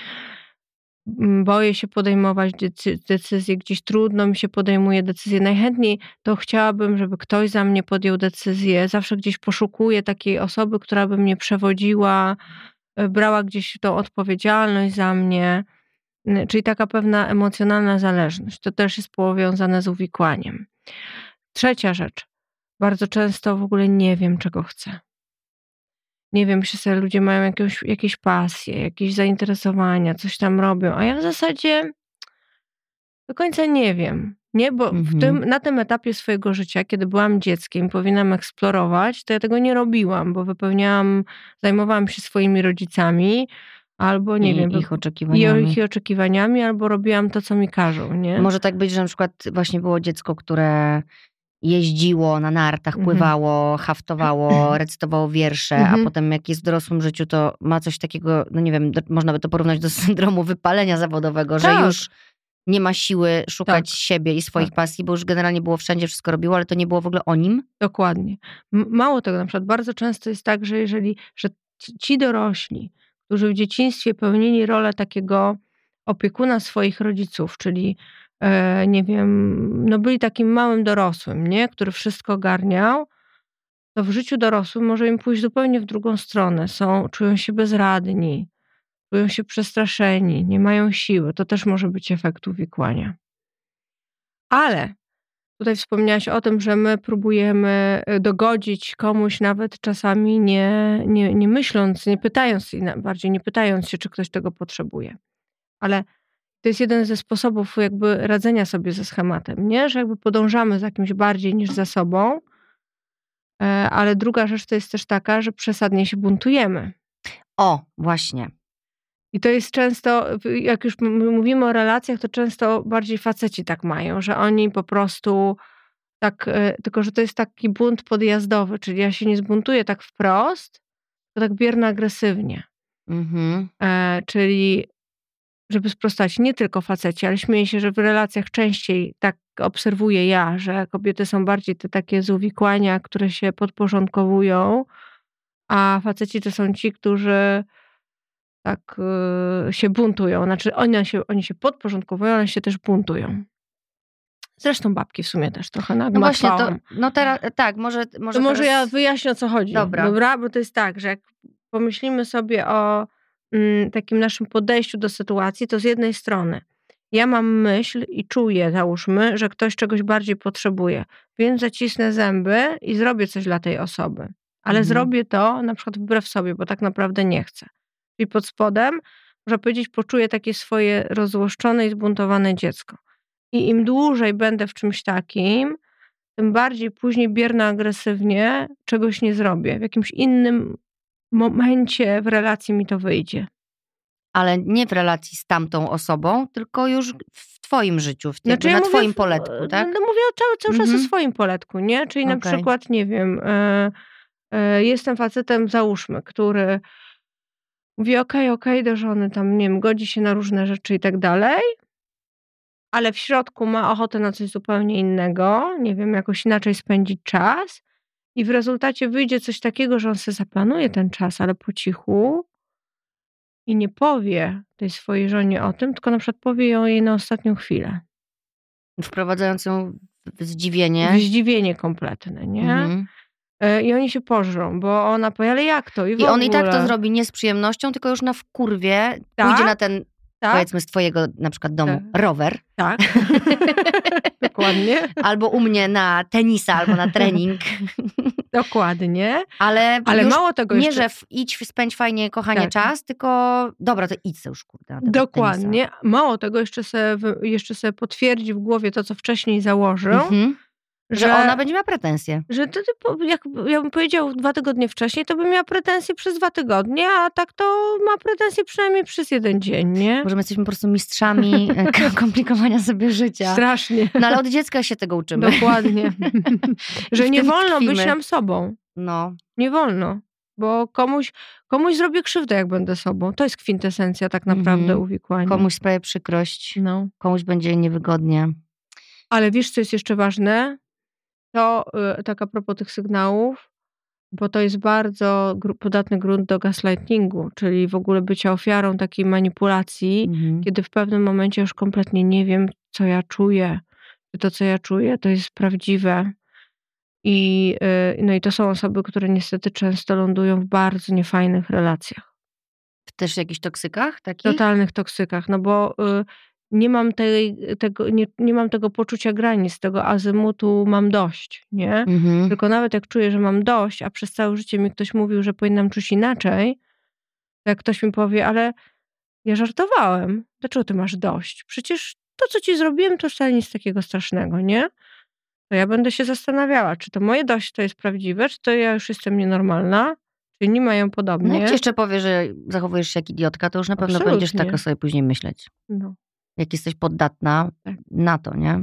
mm, boję się podejmować decy- decyzje, gdzieś trudno mi się podejmuje decyzje. Najchętniej to chciałabym, żeby ktoś za mnie podjął decyzję. Zawsze gdzieś poszukuję takiej osoby, która by mnie przewodziła, y, brała gdzieś tą odpowiedzialność za mnie. Y, Czyli taka pewna emocjonalna zależność. To też jest powiązane z uwikłaniem. Trzecia rzecz. Bardzo często w ogóle nie wiem, czego chcę. Nie wiem, czy sobie ludzie mają jakąś, jakieś pasje, jakieś zainteresowania, coś tam robią, a ja w zasadzie do końca nie wiem. Nie, bo w Mhm. tym, na tym etapie swojego życia, kiedy byłam dzieckiem, powinnam eksplorować, to ja tego nie robiłam, bo wypełniałam, zajmowałam się swoimi rodzicami, albo nie I wiem, ich wy- i oczekiwaniami. ich oczekiwaniami, albo robiłam to, co mi każą, nie? Może tak być, że na przykład właśnie było dziecko, które jeździło na nartach, Mhm. pływało, haftowało, recytowało wiersze, a Mhm. potem jak jest w dorosłym życiu, to ma coś takiego, no nie wiem, do, można by to porównać do syndromu wypalenia zawodowego, że Tak. już nie ma siły szukać Tak. siebie i swoich Tak. pasji, bo już generalnie było wszędzie, wszystko robiło, ale to nie było w ogóle o nim. Dokładnie. M- Mało tego, na przykład bardzo często jest tak, że jeżeli, że ci dorośli, którzy w dzieciństwie pełnili rolę takiego opiekuna swoich rodziców, czyli e, nie wiem, no byli takim małym dorosłym, nie? Który wszystko ogarniał, to w życiu dorosłym może im pójść zupełnie w drugą stronę. Są, czują się bezradni, czują się przestraszeni, nie mają siły. To też może być efekt uwikłania. Ale tutaj wspomniałaś o tym, że my próbujemy dogodzić komuś nawet czasami nie, nie, nie myśląc, nie pytając, bardziej nie pytając się, czy ktoś tego potrzebuje. Ale to jest jeden ze sposobów jakby radzenia sobie ze schematem, nie? Że jakby podążamy za kimś bardziej niż za sobą, ale druga rzecz to jest też taka, że przesadnie się buntujemy. O, właśnie. I to jest często, jak już mówimy o relacjach, to często bardziej faceci tak mają, że oni po prostu tak, tylko że to jest taki bunt podjazdowy, czyli ja się nie zbuntuję tak wprost, tylko tak bierno-agresywnie. Mhm. E, czyli żeby sprostać, nie tylko faceci, ale śmieję się, że w relacjach częściej tak obserwuję ja, że kobiety są bardziej te takie z uwikłania, które się podporządkowują, a faceci to są ci, którzy tak y, się buntują. Znaczy oni się, oni się podporządkowują, ale się też buntują. Zresztą babki w sumie też trochę No właśnie, to, nagmatwałam. no teraz, tak, może może To może teraz... ja wyjaśnię, o co chodzi. Dobra. Dobra, bo to jest tak, że jak pomyślimy sobie o mm, takim naszym podejściu do sytuacji, to z jednej strony ja mam myśl i czuję, załóżmy, że ktoś czegoś bardziej potrzebuje, więc zacisnę zęby i zrobię coś dla tej osoby. Ale Mhm. zrobię to na przykład wbrew sobie, bo tak naprawdę nie chcę. I pod spodem, można powiedzieć, poczuję takie swoje rozłoszczone i zbuntowane dziecko. I im dłużej będę w czymś takim, tym bardziej później bierno-agresywnie czegoś nie zrobię. W jakimś innym momencie w relacji mi to wyjdzie. Ale nie w relacji z tamtą osobą, tylko już w twoim życiu, w Znaczy, na ja mówię twoim w- poletku, tak? No mówię cały, cały czas Mhm. o swoim poletku, nie? Czyli na Okej. przykład, nie wiem, e, e, jestem facetem, załóżmy, który mówi okej, okej do żony, tam nie wiem, godzi się na różne rzeczy i tak dalej, ale w środku ma ochotę na coś zupełnie innego, nie wiem, jakoś inaczej spędzić czas i w rezultacie wyjdzie coś takiego, że on sobie zaplanuje ten czas, ale po cichu i nie powie tej swojej żonie o tym, tylko na przykład powie ją jej na ostatnią chwilę. Wprowadzając ją w zdziwienie. W zdziwienie kompletne, nie? Mhm. E, I oni się pożrą, bo ona powie, ale jak to? I, w I on i tak to ogóle. zrobi nie z przyjemnością, tylko już na wkurwie Tak, pójdzie na ten, tak, powiedzmy z twojego na przykład domu, Tak. rower. tak. Dokładnie. Albo u mnie na tenisa, albo na trening. Dokładnie. Ale, Ale już mało tego nie, jeszcze. że w, idź, spędź fajnie, kochanie, Tak. czas, tylko dobra, to idź se już, kurde. na tego Dokładnie. tenisa. Mało tego jeszcze sobie, wy- jeszcze sobie potwierdzi w głowie to, co wcześniej założył, Mhm. Że, że, ona będzie miała pretensje. że to, typu, jak ja bym powiedział dwa tygodnie wcześniej, to bym miała pretensje przez dwa tygodnie, a tak to ma pretensje przynajmniej przez jeden dzień, nie? Może my jesteśmy po prostu mistrzami e, komplikowania sobie życia. Strasznie. No ale od dziecka się tego uczymy. Dokładnie. że w nie tym wolno być tkwimy. nam sobą. No. Nie wolno. Bo komuś, komuś zrobię krzywdę, jak będę sobą. To jest kwintesencja tak naprawdę Mhm. uwikłania. Komuś sprawi przykrość, No. komuś będzie niewygodnie. Ale wiesz, co jest jeszcze ważne? To y, tak a propos tych sygnałów, bo to jest bardzo gru- podatny grunt do gaslightingu, czyli w ogóle bycia ofiarą takiej manipulacji, Mhm. kiedy w pewnym momencie już kompletnie nie wiem, co ja czuję. Czy to, co ja czuję, to jest prawdziwe. I, y, no i to są osoby, które niestety często lądują w bardzo niefajnych relacjach. Też w jakichś toksykach takich? Totalnych toksykach, no bo y, nie mam tej, tego, nie, nie mam tego poczucia granic, tego azymutu mam dość, nie? Mhm. Tylko nawet jak czuję, że mam dość, a przez całe życie mi ktoś mówił, że powinnam czuć inaczej, to jak ktoś mi powie, ale ja żartowałem, dlaczego ty masz dość? Przecież to, co ci zrobiłem, to wcale nic takiego strasznego, nie? To ja będę się zastanawiała, czy to moje dość to jest prawdziwe, czy to ja już jestem nienormalna, czy inni mają No podobnie. jak ci jeszcze powie, że zachowujesz się jak idiotka, to już na pewno Absolutnie. będziesz tak o sobie później myśleć. No. Jak jesteś poddatna Tak. na to, nie?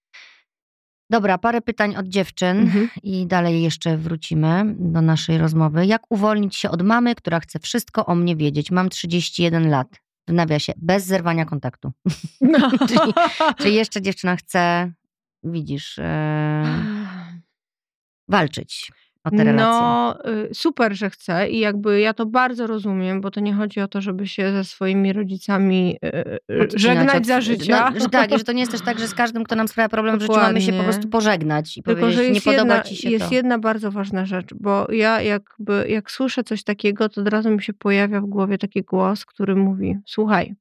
Dobra, parę pytań od dziewczyn Mhm. i dalej jeszcze wrócimy do naszej rozmowy. Jak uwolnić się od mamy, która chce wszystko o mnie wiedzieć? Mam trzydzieści jeden lat. W nawiasie, bez zerwania kontaktu. No. czyli, czyli jeszcze dziewczyna chce, widzisz, e, walczyć. o te relacje? No, y, super, że chce i jakby ja to bardzo rozumiem, bo to nie chodzi o to, żeby się ze swoimi rodzicami y, y, Odcinać żegnać od za no, życia. że tak, i że to nie jest też tak, że z każdym, kto nam sprawia problem w życiu, mamy się po prostu Dokładnie. pożegnać i Tylko, powiedzieć, że nie jest podoba jedna ci się jest to. jedna bardzo ważna rzecz, bo ja jakby jak słyszę coś takiego, to od razu mi się pojawia w głowie taki głos, który mówi: słuchaj,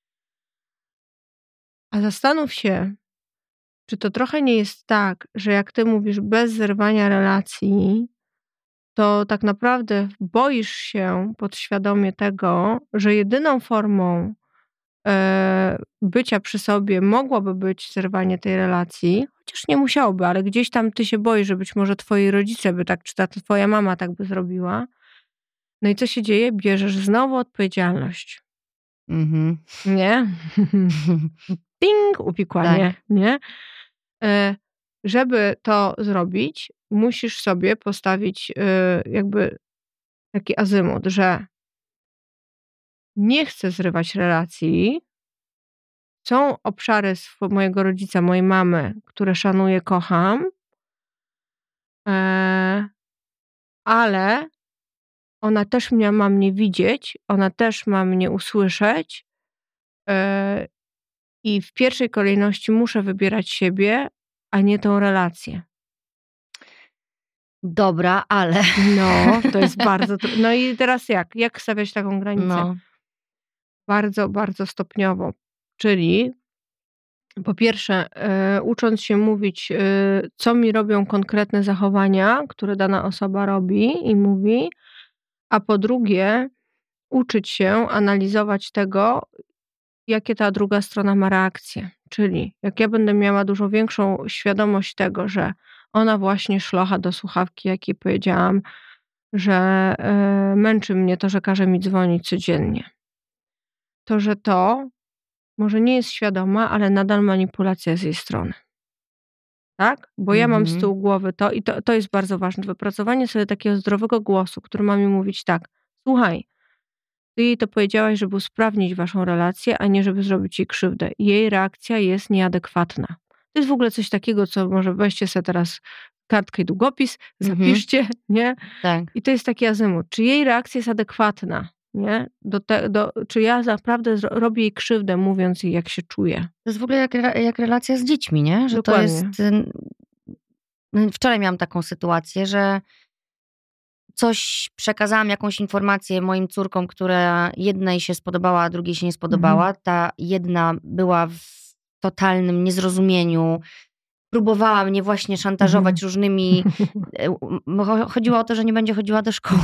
a zastanów się, czy to trochę nie jest tak, że jak ty mówisz bez zerwania relacji, to tak naprawdę boisz się podświadomie tego, że jedyną formą e, bycia przy sobie mogłoby być zerwanie tej relacji, chociaż nie musiałoby, ale gdzieś tam ty się boisz, że być może twoi rodzice by tak, czy ta twoja mama tak by zrobiła. No i co się dzieje? Bierzesz znowu odpowiedzialność. Mhm. Nie? Ding! Uwikłanie. Tak. Nie? E, żeby to zrobić, musisz sobie postawić e, jakby taki azymut, że nie chcę zrywać relacji. Są obszary swo- mojego rodzica, mojej mamy, które szanuję, kocham, e, ale ona też mnie, ma mnie widzieć, ona też ma mnie usłyszeć e, i w pierwszej kolejności muszę wybierać siebie, a nie tą relację. Dobra, ale... No, to jest bardzo trudne. No i teraz jak? Jak stawiać taką granicę? No. Bardzo, bardzo stopniowo. Czyli po pierwsze, e, ucząc się mówić, e, co mi robią konkretne zachowania, które dana osoba robi i mówi, a po drugie, uczyć się analizować tego, jakie ta druga strona ma reakcje. Czyli jak ja będę miała dużo większą świadomość tego, że ona właśnie szlocha do słuchawki, jak jej powiedziałam, że e, męczy mnie to, że każe mi dzwonić codziennie. To, że to może nie jest świadoma, ale nadal manipulacja z jej strony. Tak? Bo ja mam z Mhm. tyłu głowy to i to, to jest bardzo ważne. Wypracowanie sobie takiego zdrowego głosu, który ma mi mówić tak: słuchaj, ty jej to powiedziałaś, żeby usprawnić waszą relację, a nie żeby zrobić jej krzywdę. Jej reakcja jest nieadekwatna. To jest w ogóle coś takiego, co może weźcie sobie teraz kartkę i długopis, Mhm. zapiszcie, nie? Tak. I to jest taki azymut. Czy jej reakcja jest adekwatna? Nie? Do te, do, czy ja naprawdę zro, robię jej krzywdę, mówiąc jej, jak się czuję? To jest w ogóle jak, re- jak relacja z dziećmi, nie? Że Dokładnie. to jest... y, no, wczoraj miałam taką sytuację, że coś przekazałam, jakąś informację moim córkom, która jednej się spodobała, a drugiej się nie spodobała. Mhm. Ta jedna była w totalnym niezrozumieniu. Próbowała mnie właśnie szantażować Mhm. różnymi... e, u- cho- Chodziło o to, że nie będzie chodziła do szkoły.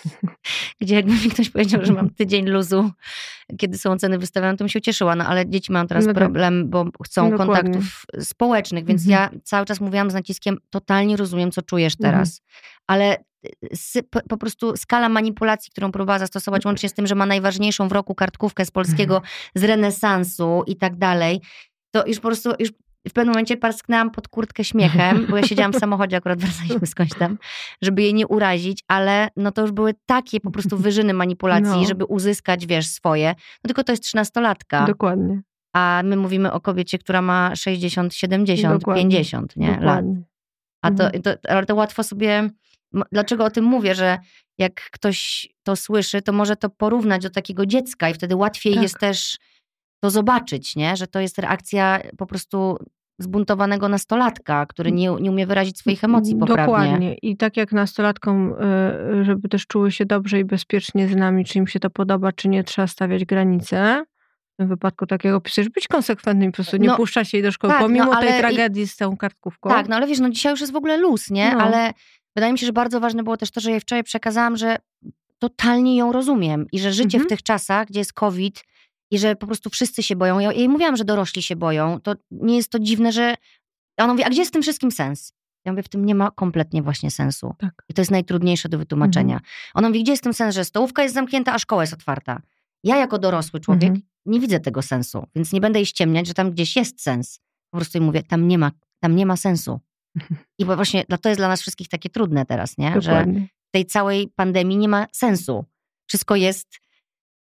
Gdzie jakby mi ktoś powiedział, że mam tydzień luzu, kiedy są oceny wystawione, to bym się ucieszyła. No ale dzieci mają teraz No tak. problem, bo chcą Dokładnie. kontaktów społecznych, więc Mhm. ja cały czas mówiłam z naciskiem, totalnie rozumiem, co czujesz Mhm. teraz. Ale sy- po, po prostu skala manipulacji, którą próbowała zastosować, łącznie z tym, że ma najważniejszą w roku kartkówkę z polskiego, z renesansu i tak dalej, to już po prostu już w pewnym momencie parsknęłam pod kurtkę śmiechem, bo ja siedziałam w samochodzie, akurat wracaliśmy skądś tam, żeby jej nie urazić, ale no to już były takie po prostu wyżyny manipulacji, No. żeby uzyskać, wiesz, swoje. No tylko to jest trzynastolatka, Dokładnie. a my mówimy o kobiecie, która ma sześćdziesiąt, siedemdziesiąt, Dokładnie. pięćdziesiąt, nie? Lat. Dokładnie. A to, Mhm. to, ale to łatwo sobie... m- Dlaczego o tym mówię, że jak ktoś to słyszy, to może to porównać do takiego dziecka i wtedy łatwiej Tak. jest też to zobaczyć, nie? Że to jest reakcja po prostu zbuntowanego nastolatka, który nie, nie umie wyrazić swoich emocji poprawnie. Dokładnie. I tak jak nastolatkom, y, żeby też czuły się dobrze i bezpiecznie z nami, czy im się to podoba, czy nie, trzeba stawiać granice. W tym wypadku takiego pisać, być konsekwentnym, po prostu nie No, puszczać jej do szkoły, tak, no, pomimo ale tej i- tragedii z tą kartkówką. Tak, no ale wiesz, no dzisiaj już jest w ogóle luz, nie? No. Ale wydaje mi się, że bardzo ważne było też to, że jej wczoraj przekazałam, że totalnie ją rozumiem i że życie Mhm. w tych czasach, gdzie jest COVID i że po prostu wszyscy się boją. Ja jej mówiłam, że dorośli się boją. To nie jest to dziwne, że... A ona mówi, a gdzie jest w tym wszystkim sens? Ja mówię, w tym nie ma kompletnie właśnie sensu. Tak. I to jest najtrudniejsze do wytłumaczenia. Mhm. Ona mówi, gdzie jest w tym sens, że stołówka jest zamknięta, a szkoła jest otwarta? Ja jako dorosły człowiek Mhm. nie widzę tego sensu, więc nie będę jej ściemniać, że tam gdzieś jest sens. Po prostu jej mówię, tam nie ma, tam nie ma sensu. I bo właśnie to jest dla nas wszystkich takie trudne teraz, nie? Że Dokładnie. w tej całej pandemii nie ma sensu. Wszystko jest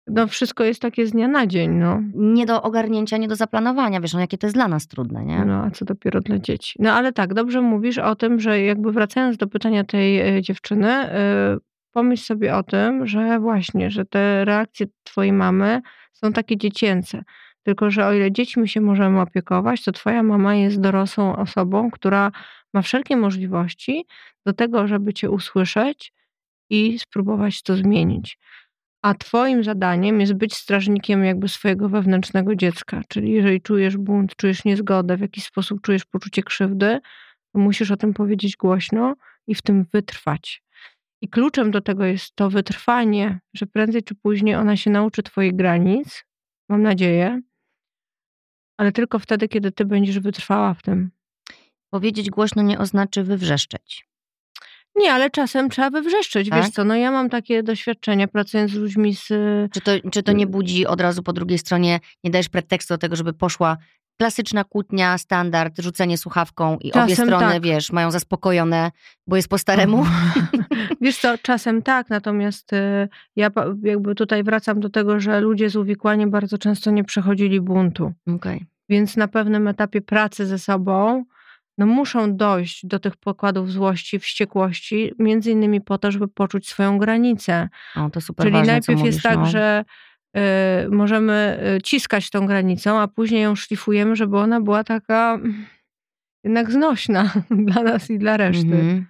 No wszystko jest takie z dnia na dzień, no. Nie do ogarnięcia, nie do zaplanowania. Wiesz, no jakie to jest dla nas trudne, nie? No, a co dopiero dla dzieci. No ale tak, dobrze mówisz o tym, że jakby wracając do pytania tej y, dziewczyny, y, pomyśl sobie o tym, że właśnie, że te reakcje twojej mamy są takie dziecięce. Tylko że o ile dziećmi się możemy opiekować, to twoja mama jest dorosłą osobą, która ma wszelkie możliwości do tego, żeby cię usłyszeć i spróbować to zmienić. A twoim zadaniem jest być strażnikiem jakby swojego wewnętrznego dziecka. Czyli jeżeli czujesz bunt, czujesz niezgodę, w jakiś sposób czujesz poczucie krzywdy, to musisz o tym powiedzieć głośno i w tym wytrwać. I kluczem do tego jest to wytrwanie, że prędzej czy później ona się nauczy twoich granic, mam nadzieję, ale tylko wtedy, kiedy ty będziesz wytrwała w tym. Powiedzieć głośno nie oznacza wywrzeszczeć. Nie, ale czasem trzeba wywrzeszczeć. Tak? Wiesz co, no ja mam takie doświadczenia pracując z ludźmi z... Czy to, czy to nie budzi od razu po drugiej stronie, nie dajesz pretekstu do tego, żeby poszła klasyczna kłótnia, standard, rzucenie słuchawką i Czasem obie strony, tak. wiesz, mają zaspokojone, bo jest po staremu? Wiesz co, czasem tak, natomiast y, ja pa- jakby tutaj wracam do tego, że ludzie z uwikłaniem bardzo często nie przechodzili buntu. Okej. Więc na pewnym etapie pracy ze sobą no muszą dojść do tych pokładów złości, wściekłości, między innymi po to, żeby poczuć swoją granicę. O, to super Czyli ważne, co najpierw mówisz, jest tak, no. że y, możemy y, ciskać tą granicą, a później ją szlifujemy, żeby ona była taka mm, jednak znośna dla nas i dla reszty. Mhm.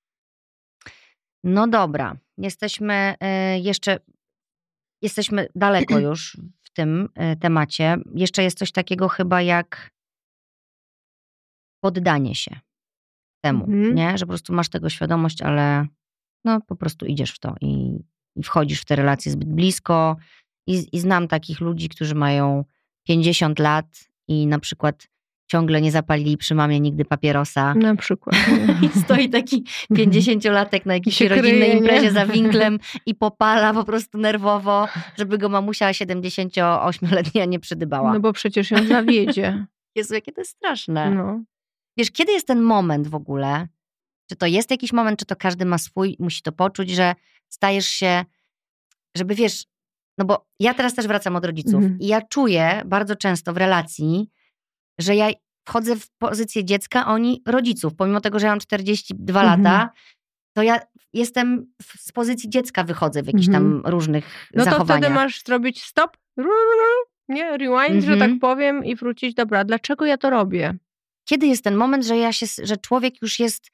No dobra, jesteśmy y, jeszcze, jesteśmy daleko już w tym y, temacie. Jeszcze jest coś takiego chyba jak poddanie się temu, Mhm. nie? Że po prostu masz tego świadomość, ale no po prostu idziesz w to i, i wchodzisz w te relacje zbyt blisko. I, I znam takich ludzi, którzy mają pięćdziesiąt lat i na przykład ciągle nie zapalili przy mamie nigdy papierosa. Na przykład. I stoi taki pięćdziesięciolatek na jakiejś się rodzinnej kryje, nie? imprezie za winklem i popala po prostu nerwowo, żeby go mamusia siedemdziesięcioośmioletnia nie przydybała. No bo przecież ją zawiedzie. Jezu, jakie to jest straszne. No. Wiesz, kiedy jest ten moment w ogóle? Czy to jest jakiś moment, czy to każdy ma swój, musi to poczuć, że stajesz się, żeby wiesz, no bo ja teraz też wracam od rodziców Mhm. i ja czuję bardzo często w relacji, że ja wchodzę w pozycję dziecka, a oni rodziców. Pomimo tego, że ja mam czterdzieści dwa Mhm. lata, to ja jestem w, z pozycji dziecka wychodzę w jakichś Mhm. tam różnych No to zachowaniach. wtedy masz zrobić stop, nie, rewind, że Mhm. tak powiem i wrócić, dobra, dlaczego ja to robię? Kiedy jest ten moment, że ja się, że człowiek już jest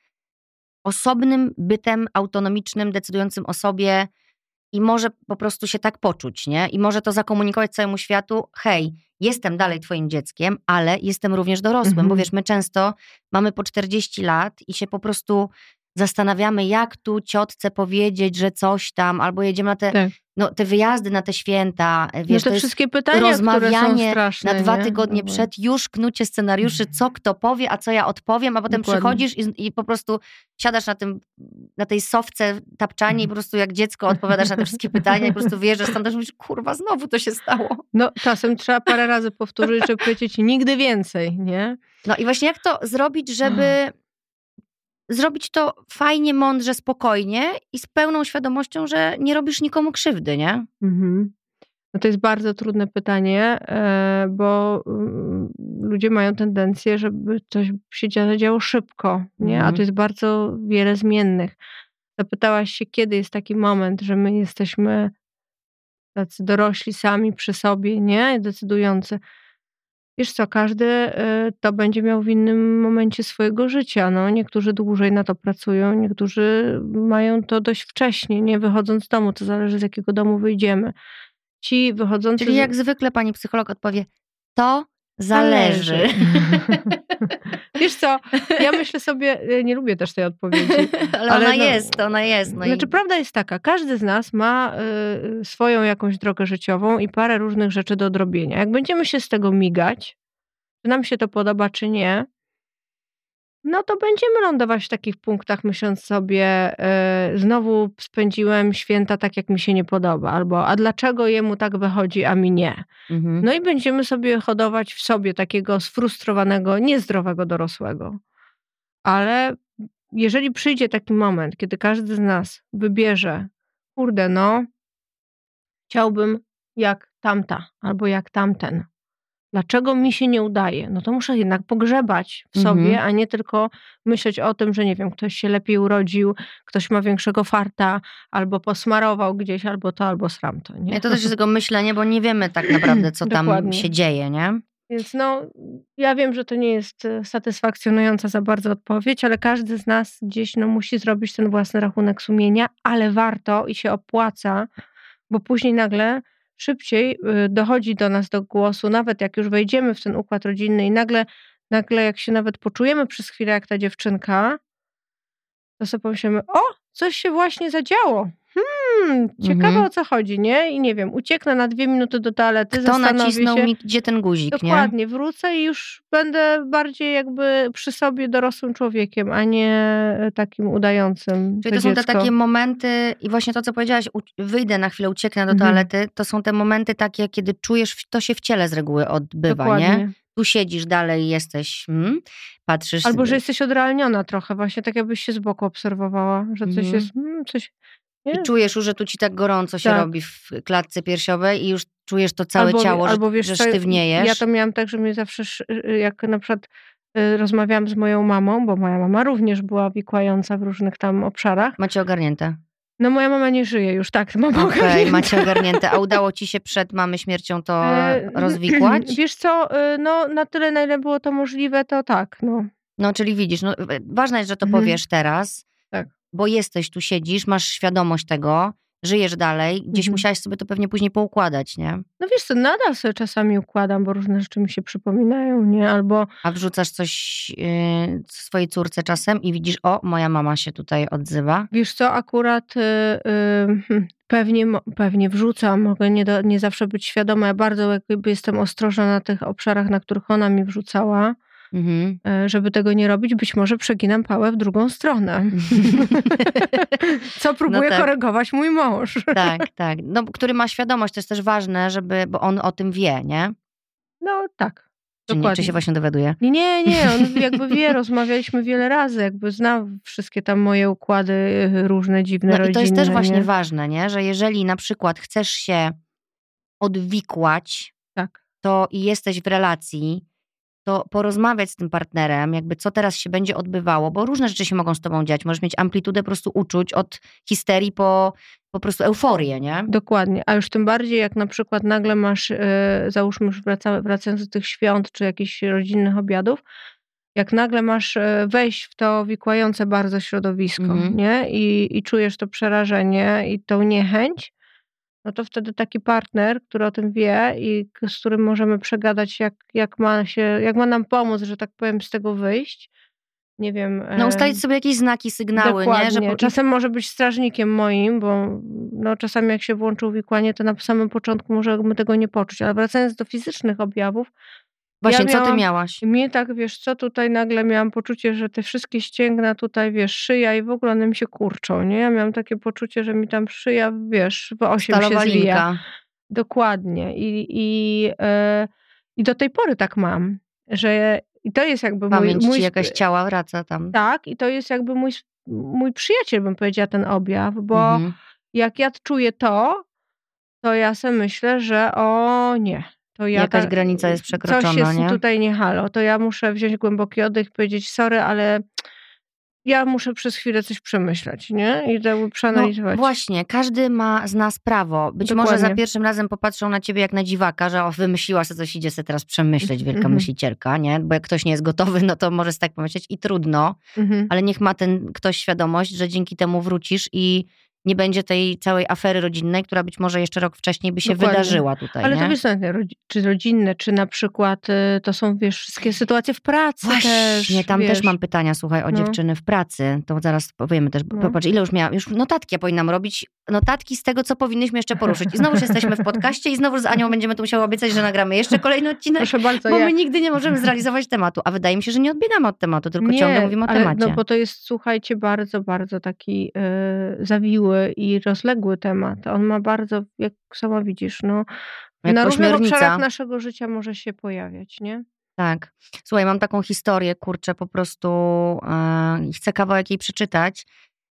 osobnym bytem, autonomicznym, decydującym o sobie i może po prostu się tak poczuć, nie? I może to zakomunikować całemu światu, hej, jestem dalej twoim dzieckiem, ale jestem również dorosłym, Mhm. bo wiesz, my często mamy po czterdzieści lat i się po prostu zastanawiamy, jak tu ciotce powiedzieć, że coś tam, albo jedziemy na te, Tak. no, te wyjazdy na te święta, No wiesz, te to jest wszystkie pytania, które są rozmawianie straszne, na dwa nie? tygodnie Dawaj. przed, już knucie scenariuszy, co kto powie, a co ja odpowiem, a potem Dokładnie. przychodzisz i, i po prostu siadasz na tym, na tej sofce tapczanie i po prostu jak dziecko odpowiadasz na te wszystkie pytania i po prostu wyjeżdżasz stąd i mówisz, kurwa, znowu to się stało. No czasem trzeba parę razy powtórzyć, żeby powiedzieć nigdy więcej, nie? No i właśnie jak to zrobić, żeby zrobić to fajnie, mądrze, spokojnie i z pełną świadomością, że nie robisz nikomu krzywdy, nie? Mhm. No to jest bardzo trudne pytanie, e, bo mm, ludzie mają tendencję, żeby coś się dzia- działo szybko, nie? A Mhm. to jest bardzo wiele zmiennych. Zapytałaś się, kiedy jest taki moment, że my jesteśmy tacy dorośli sami przy sobie, nie? Decydujący. Wiesz co, każdy y, to będzie miał w innym momencie swojego życia. No, niektórzy dłużej na to pracują, niektórzy mają to dość wcześnie, nie wychodząc z domu. To zależy, z jakiego domu wyjdziemy. Ci wychodzący... Czyli z- jak zwykle pani psycholog odpowie, to zależy. Wiesz co, ja myślę sobie, y, nie lubię też tej odpowiedzi. Ale, Ale ona no- jest, ona jest. No Znaczy, i... prawda jest taka, każdy z nas ma y, swoją jakąś drogę życiową i parę różnych rzeczy do odrobienia. Jak będziemy się z tego migać, czy nam się to podoba, czy nie, no to będziemy lądować w takich punktach, myśląc sobie, y, znowu spędziłem święta tak, jak mi się nie podoba, albo a dlaczego jemu tak wychodzi, a mi nie. Mhm. No i będziemy sobie hodować w sobie takiego sfrustrowanego, niezdrowego dorosłego. Ale jeżeli przyjdzie taki moment, kiedy każdy z nas wybierze, kurde no, chciałbym jak tamta albo jak tamten. Dlaczego mi się nie udaje? No to muszę jednak pogrzebać w sobie, Mhm. a nie tylko myśleć o tym, że nie wiem, ktoś się lepiej urodził, ktoś ma większego farta, albo posmarował gdzieś, albo to, albo sramto, Nie, nie? to też jest tylko myślenie, bo nie wiemy tak naprawdę, co tam Dokładnie. się dzieje, nie? Więc no, ja wiem, że to nie jest e, satysfakcjonująca za bardzo odpowiedź, ale każdy z nas gdzieś no, musi zrobić ten własny rachunek sumienia, ale warto i się opłaca, bo później nagle szybciej y, dochodzi do nas do głosu, nawet jak już wejdziemy w ten układ rodzinny i nagle, nagle jak się nawet poczujemy przez chwilę jak ta dziewczynka, to sobie pomyślimy, o, coś się właśnie zadziało. Hmm, ciekawe Mhm. o co chodzi, nie? I nie wiem, ucieknę na dwie minuty do toalety, Kto zastanowię nacisnął się. mi gdzie ten guzik, nie? Dokładnie, wrócę i już będę bardziej jakby przy sobie dorosłym człowiekiem, a nie e, takim udającym Czyli to to są te dziecko. takie momenty i właśnie to, co powiedziałaś, u wyjdę na chwilę, ucieknę do Mhm. toalety, to są te momenty takie, kiedy czujesz, w to się w ciele z reguły odbywa, nie? Dokładnie. Tu siedzisz dalej, jesteś, mm, patrzysz. Albo że jesteś odrealniona trochę, właśnie tak jakbyś się z boku obserwowała, że coś Mhm. jest, mm, coś, I nie? czujesz już, że tu ci tak gorąco się Tak. robi w klatce piersiowej i już czujesz to całe Albo, wie- ciało, albo że, wiesz że co, sztywniejesz. ja to miałam tak, że mnie zawsze, sz- y, jak na przykład y, rozmawiałam z moją mamą, bo moja mama również była wikłająca w różnych tam obszarach. Macie ogarnięte. No moja mama nie żyje już, tak, mam Okej, ogarnięte. macie ogarnięte. A udało ci się przed mamy śmiercią to E, rozwikłać? Wiesz co, y, no na tyle, na ile było to możliwe, to tak, no. No, czyli widzisz, no, w- ważne jest, że to Mhm. powiesz teraz, Tak. bo jesteś, tu siedzisz, masz świadomość tego, żyjesz dalej, gdzieś Mhm. musiałaś sobie to pewnie później poukładać, nie? No wiesz co, nadal sobie czasami układam, bo różne rzeczy mi się przypominają, nie? Albo A wrzucasz coś yy, swojej córce czasem i widzisz, o, moja mama się tutaj odzywa. wiesz co, akurat y, y, hmm, pewnie, mo- pewnie wrzucam, mogę nie, do, nie zawsze być świadoma, ja bardzo jakby jestem ostrożna na tych obszarach, na których ona mi wrzucała, Mhm. y, żeby tego nie robić, być może przeginam pałę w drugą stronę. Co próbuje tak. korygować mój mąż. Tak, tak. No, który ma świadomość, to jest też ważne, żeby, bo on o tym wie, nie? No tak, Czy, nie, dokładnie. czy się właśnie dowiaduje? Nie, nie, nie, on jakby wie, rozmawialiśmy wiele razy, jakby zna wszystkie tam moje układy y, różne, dziwne, No rodzinne. i to jest też właśnie nie? ważne, nie? Że jeżeli na przykład chcesz się odwikłać, Tak. to i jesteś w relacji, to porozmawiać z tym partnerem, jakby co teraz się będzie odbywało, bo różne rzeczy się mogą z tobą dziać. Możesz mieć amplitudę po prostu uczuć od histerii po po prostu euforię, nie? Dokładnie, a już tym bardziej jak na przykład nagle masz, y, załóżmy już wraca, wracając do tych świąt czy jakichś rodzinnych obiadów, jak nagle masz y, wejść w to wikłające bardzo środowisko, Mhm. nie? I, I czujesz to przerażenie i tą niechęć, no to wtedy taki partner, który o tym wie i k- z którym możemy przegadać, jak, jak ma się, jak ma nam pomóc, że tak powiem, z tego wyjść. Nie wiem. No e, ustalić sobie jakieś znaki, sygnały, Dokładnie. nie? Że po, Czasem może być strażnikiem moim, bo no, czasami jak się włączy uwikłanie, to na samym początku możemy tego nie poczuć. Ale wracając do fizycznych objawów, właśnie, ja co ty miałam, miałaś? mnie tak, wiesz co, tutaj nagle miałam poczucie, że te wszystkie ścięgna tutaj, wiesz, szyja i w ogóle one mi się kurczą, nie? Ja miałam takie poczucie, że mi tam szyja, wiesz, w osiem się Stalowa zwija. linka. Dokładnie. I, i, e, I do tej pory tak mam, że i to jest jakby mój, Pamięć mój ci sp- jakaś ciała wraca tam. tak, i to jest jakby mój, s- mój przyjaciel, bym powiedziała, ten objaw, bo Mhm. jak ja czuję to, to ja sobie myślę, że o nie, to ja Jakaś ta, granica jest coś przekroczona, jest nie? tutaj nie halo, to ja muszę wziąć głęboki oddech i powiedzieć sorry, ale ja muszę przez chwilę coś przemyśleć, nie? I jakby No przeanalizować. właśnie, każdy ma z nas prawo. Być może za Dokładnie. pierwszym razem popatrzą na ciebie jak na dziwaka, że o, wymyśliła sobie coś, idzie sobie teraz przemyśleć, wielka Mhm. myślicielka, nie? Bo jak ktoś nie jest gotowy, no to może sobie tak pomyśleć i trudno, Mhm. ale niech ma ten ktoś świadomość, że dzięki temu wrócisz i nie będzie tej całej afery rodzinnej, która być może jeszcze rok wcześniej by się Dokładnie. wydarzyła tutaj, Ale nie? to wiesz, no, rodzi- czy rodzinne, czy na przykład y, to są, wiesz, wszystkie sytuacje w pracy Właśnie, też, tam wiesz. też mam pytania, słuchaj, o No. dziewczyny w pracy. To zaraz powiemy też. No. Popatrz, ile już miałam, już notatki ja powinnam robić. Notatki z tego, co powinnyśmy jeszcze poruszyć. I znowu jesteśmy w podcaście i znowu z Anią będziemy tu musiały obiecać, że nagramy jeszcze kolejny odcinek, Proszę bardzo, bo ja... my nigdy nie możemy zrealizować tematu. A wydaje mi się, że nie odbiegamy od tematu, tylko Nie, ciągle mówimy o ale, temacie. No bo to jest, słuchajcie, bardzo, bardzo taki y, zawiły i rozległy temat. On ma bardzo, jak sama widzisz, no, Jak na różnych ośmiornica. obszarach naszego życia może się pojawiać, nie? Tak. Słuchaj, mam taką historię, kurczę, po prostu e, chcę kawałek jej przeczytać.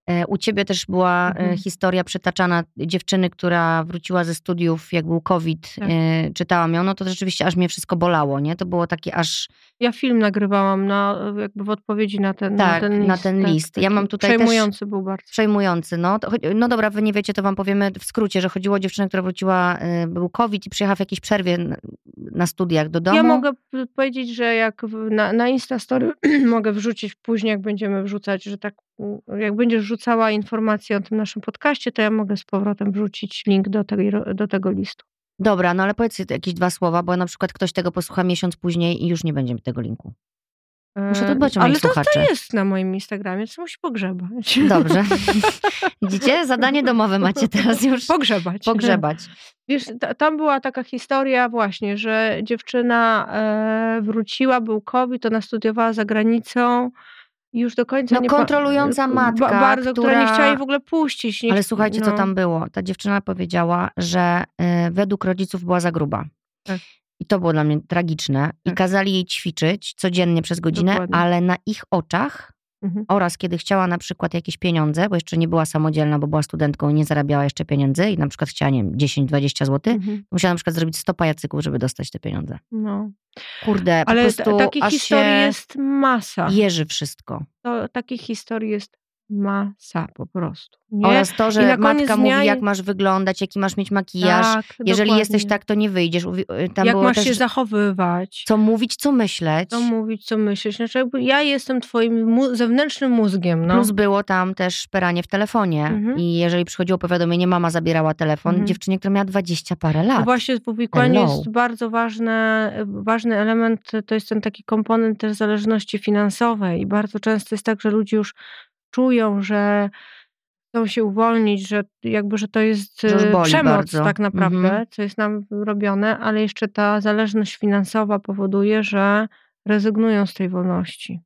U ciebie też była mhm. historia przytaczana dziewczyny, która wróciła ze studiów, jak był COVID, tak. czytałam ją, no to rzeczywiście aż mnie wszystko bolało, nie? To było takie aż... Ja film nagrywałam na, jakby w odpowiedzi na ten, tak, na ten list. na ten tak, list. Ja mam tutaj przejmujący też... był bardzo. Przejmujący, no. To, no dobra, wy nie wiecie, to wam powiemy w skrócie, że chodziło o dziewczynę, która wróciła, był COVID i przyjechała w jakiejś przerwie na studiach do domu. Ja mogę powiedzieć, że jak na, na Instastory mogę wrzucić później, jak będziemy wrzucać, że tak, jak będziesz wrzucała informacje o tym naszym podcaście, to ja mogę z powrotem wrzucić link do, tej, do tego listu. Dobra, no ale powiedz jakieś dwa słowa, bo na przykład ktoś tego posłucha miesiąc później i już nie będzie tego linku. Muszę to dbać o moich Ale to, słuchaczy. to jest na moim Instagramie, to musi pogrzebać. Dobrze. Widzicie? Zadanie domowe macie teraz już. Pogrzebać. Pogrzebać. Wiesz, ta, tam była taka historia właśnie, że dziewczyna e, wróciła, był COVID, ona studiowała za granicą i już do końca no, nie... kontrolująca matka, ba, bardzo, która... która nie chciała jej w ogóle puścić. Nie, ale słuchajcie, no. co tam było. Ta dziewczyna powiedziała, że y, według rodziców była za gruba. Tak. I to było dla mnie tragiczne. Tak. I kazali jej ćwiczyć codziennie przez godzinę, dokładnie. Ale na ich oczach mhm. oraz kiedy chciała na przykład jakieś pieniądze, bo jeszcze nie była samodzielna, bo była studentką i nie zarabiała jeszcze pieniędzy i na przykład chciała, nie wiem, dziesięć dwadzieścia złotych, mhm. musiała na przykład zrobić sto pajacyków, żeby dostać te pieniądze. No. Kurde, ale po prostu takich historii jest masa. Jeży wszystko. To, takich historii jest masa po prostu. Nie? Oraz to, że matka mówi, jak masz wyglądać, jaki masz mieć makijaż. Tak, jeżeli dokładnie. Jesteś tak, to nie wyjdziesz. Tam jak było masz też, się zachowywać. Co mówić, co myśleć. Co mówić, co myśleć. Znaczy, jakby ja jestem twoim mu- zewnętrznym mózgiem. No. Plus było tam też szperanie w telefonie. Mhm. I jeżeli przychodziło powiadomienie, mama zabierała telefon mhm. dziewczynie, która miała dwadzieścia parę lat. No właśnie w uwikłaniu jest bardzo ważny, ważny element, to jest ten taki komponent też zależności finansowej. I bardzo często jest tak, że ludzie już czują, że chcą się uwolnić, że jakby, że to jest że przemoc bardzo. Tak naprawdę, mhm. co jest nam robione, ale jeszcze ta zależność finansowa powoduje, że rezygnują z tej wolności.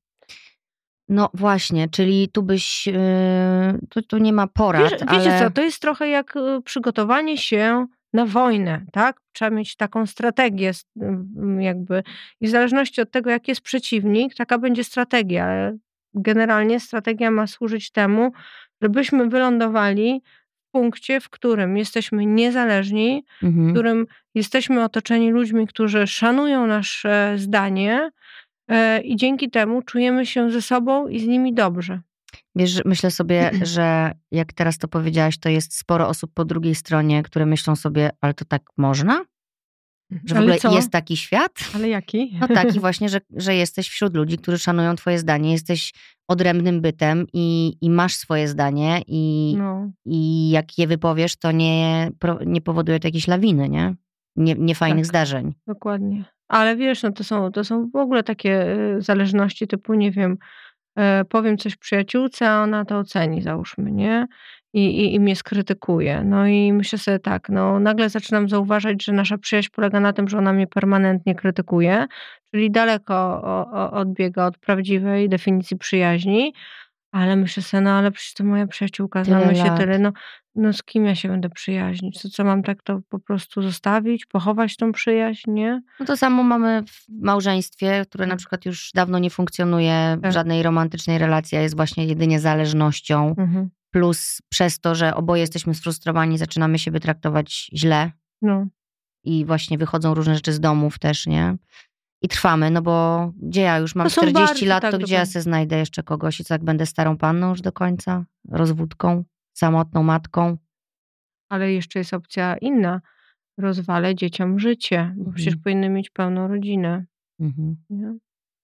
No właśnie, czyli tu byś, yy, tu, tu nie ma porad, Wiesz, ale... Wiecie co, to jest trochę jak przygotowanie się na wojnę, tak? Trzeba mieć taką strategię jakby i w zależności od tego, jaki jest przeciwnik, taka będzie strategia. Generalnie strategia ma służyć temu, żebyśmy wylądowali w punkcie, w którym jesteśmy niezależni, mhm. w którym jesteśmy otoczeni ludźmi, którzy szanują nasze zdanie e, i dzięki temu czujemy się ze sobą i z nimi dobrze. Wiesz, myślę sobie, że jak teraz to powiedziałaś, to jest sporo osób po drugiej stronie, które myślą sobie, ale to tak można? Że w ale ogóle co? Jest taki świat? Ale jaki? No taki właśnie, że, że jesteś wśród ludzi, którzy szanują twoje zdanie, jesteś odrębnym bytem i, i masz swoje zdanie i, no. i jak je wypowiesz, to nie, nie powoduje to jakiejś lawiny, nie? nie niefajnych tak, zdarzeń. Dokładnie. Ale wiesz, no to są, to są w ogóle takie zależności typu, nie wiem, powiem coś przyjaciółce, a ona to oceni, załóżmy, nie? I, i, i mnie skrytykuje. No i myślę sobie tak, no nagle zaczynam zauważać, że nasza przyjaźń polega na tym, że ona mnie permanentnie krytykuje, czyli daleko o, o, odbiega od prawdziwej definicji przyjaźni, ale myślę sobie, no ale przecież to moja przyjaciółka, znamy tyle się lat. tyle, no, no z kim ja się będę przyjaźnić? To co, mam tak to po prostu zostawić, pochować tą przyjaźń, nie? No to samo mamy w małżeństwie, które na przykład już dawno nie funkcjonuje, tak. żadnej romantycznej relacji, a jest właśnie jedynie zależnością. Mhm. Plus przez to, że oboje jesteśmy sfrustrowani, zaczynamy siebie traktować źle. No. I właśnie wychodzą różne rzeczy z domów też, nie? I trwamy, no bo gdzie ja już mam czterdzieści lat, tak, to gdzie ja sobie znajdę jeszcze kogoś i co, jak będę starą panną już do końca? Rozwódką? Samotną matką? Ale jeszcze jest opcja inna. Rozwalę dzieciom życie, bo mhm. przecież powinny mieć pełną rodzinę. Mhm. Nie?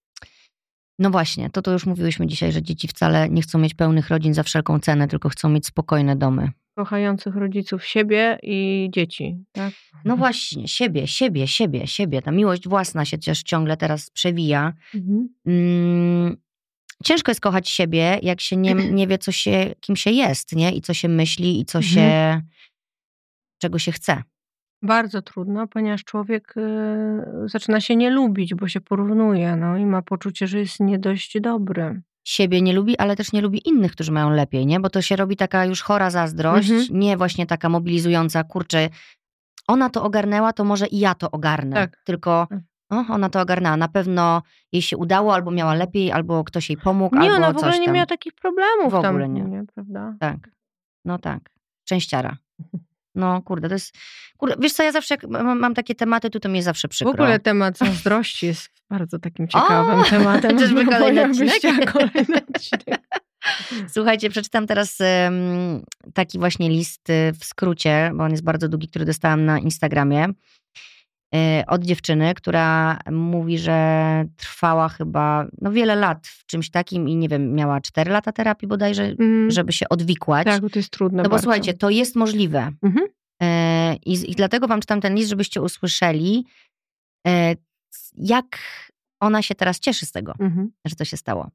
No właśnie, to to już mówiłyśmy dzisiaj, że dzieci wcale nie chcą mieć pełnych rodzin za wszelką cenę, tylko chcą mieć spokojne domy. Kochających rodziców siebie i dzieci, tak? No właśnie, siebie, siebie, siebie, siebie. Ta miłość własna się też ciągle teraz przewija. Mhm. Mm, ciężko jest kochać siebie, jak się nie, nie wie, co się, kim się jest, nie? I co się myśli, i co mhm. się, czego się chce. Bardzo trudno, ponieważ człowiek y, zaczyna się nie lubić, bo się porównuje, no i ma poczucie, że jest nie dość dobry. Siebie nie lubi, ale też nie lubi innych, którzy mają lepiej, nie? Bo to się robi taka już chora zazdrość, mhm. nie właśnie taka mobilizująca, kurczę, ona to ogarnęła, to może i ja to ogarnę. Tak. Tylko O, ona to ogarnęła. Na pewno jej się udało, albo miała lepiej, albo ktoś jej pomógł, Nie, albo ona w ogóle coś nie tam. miała takich problemów W ogóle tam, nie. nie, prawda? Tak, no tak. Szczęściara. No kurde, to jest... Kurde, wiesz co, ja zawsze jak mam, mam takie tematy, tu to mi jest zawsze W przykro. ogóle temat zazdrości jest bardzo takim ciekawym O! tematem. Czyżby kolejny Bo ja byś odcinek? chciała kolejny odcinek. Słuchajcie, przeczytam teraz um, taki właśnie list y, w skrócie, bo on jest bardzo długi, który dostałam na Instagramie. y, Od dziewczyny, która mówi, że trwała chyba no wiele lat w czymś takim i nie wiem, miała cztery lata terapii bodajże, Mm, żeby się odwikłać. tak, bo to jest trudne No bo bardzo. słuchajcie, to jest możliwe. Mhm. E, I, z- I dlatego wam czytam ten list, żebyście usłyszeli, e, jak ona się teraz cieszy z tego, Mhm. że to się stało.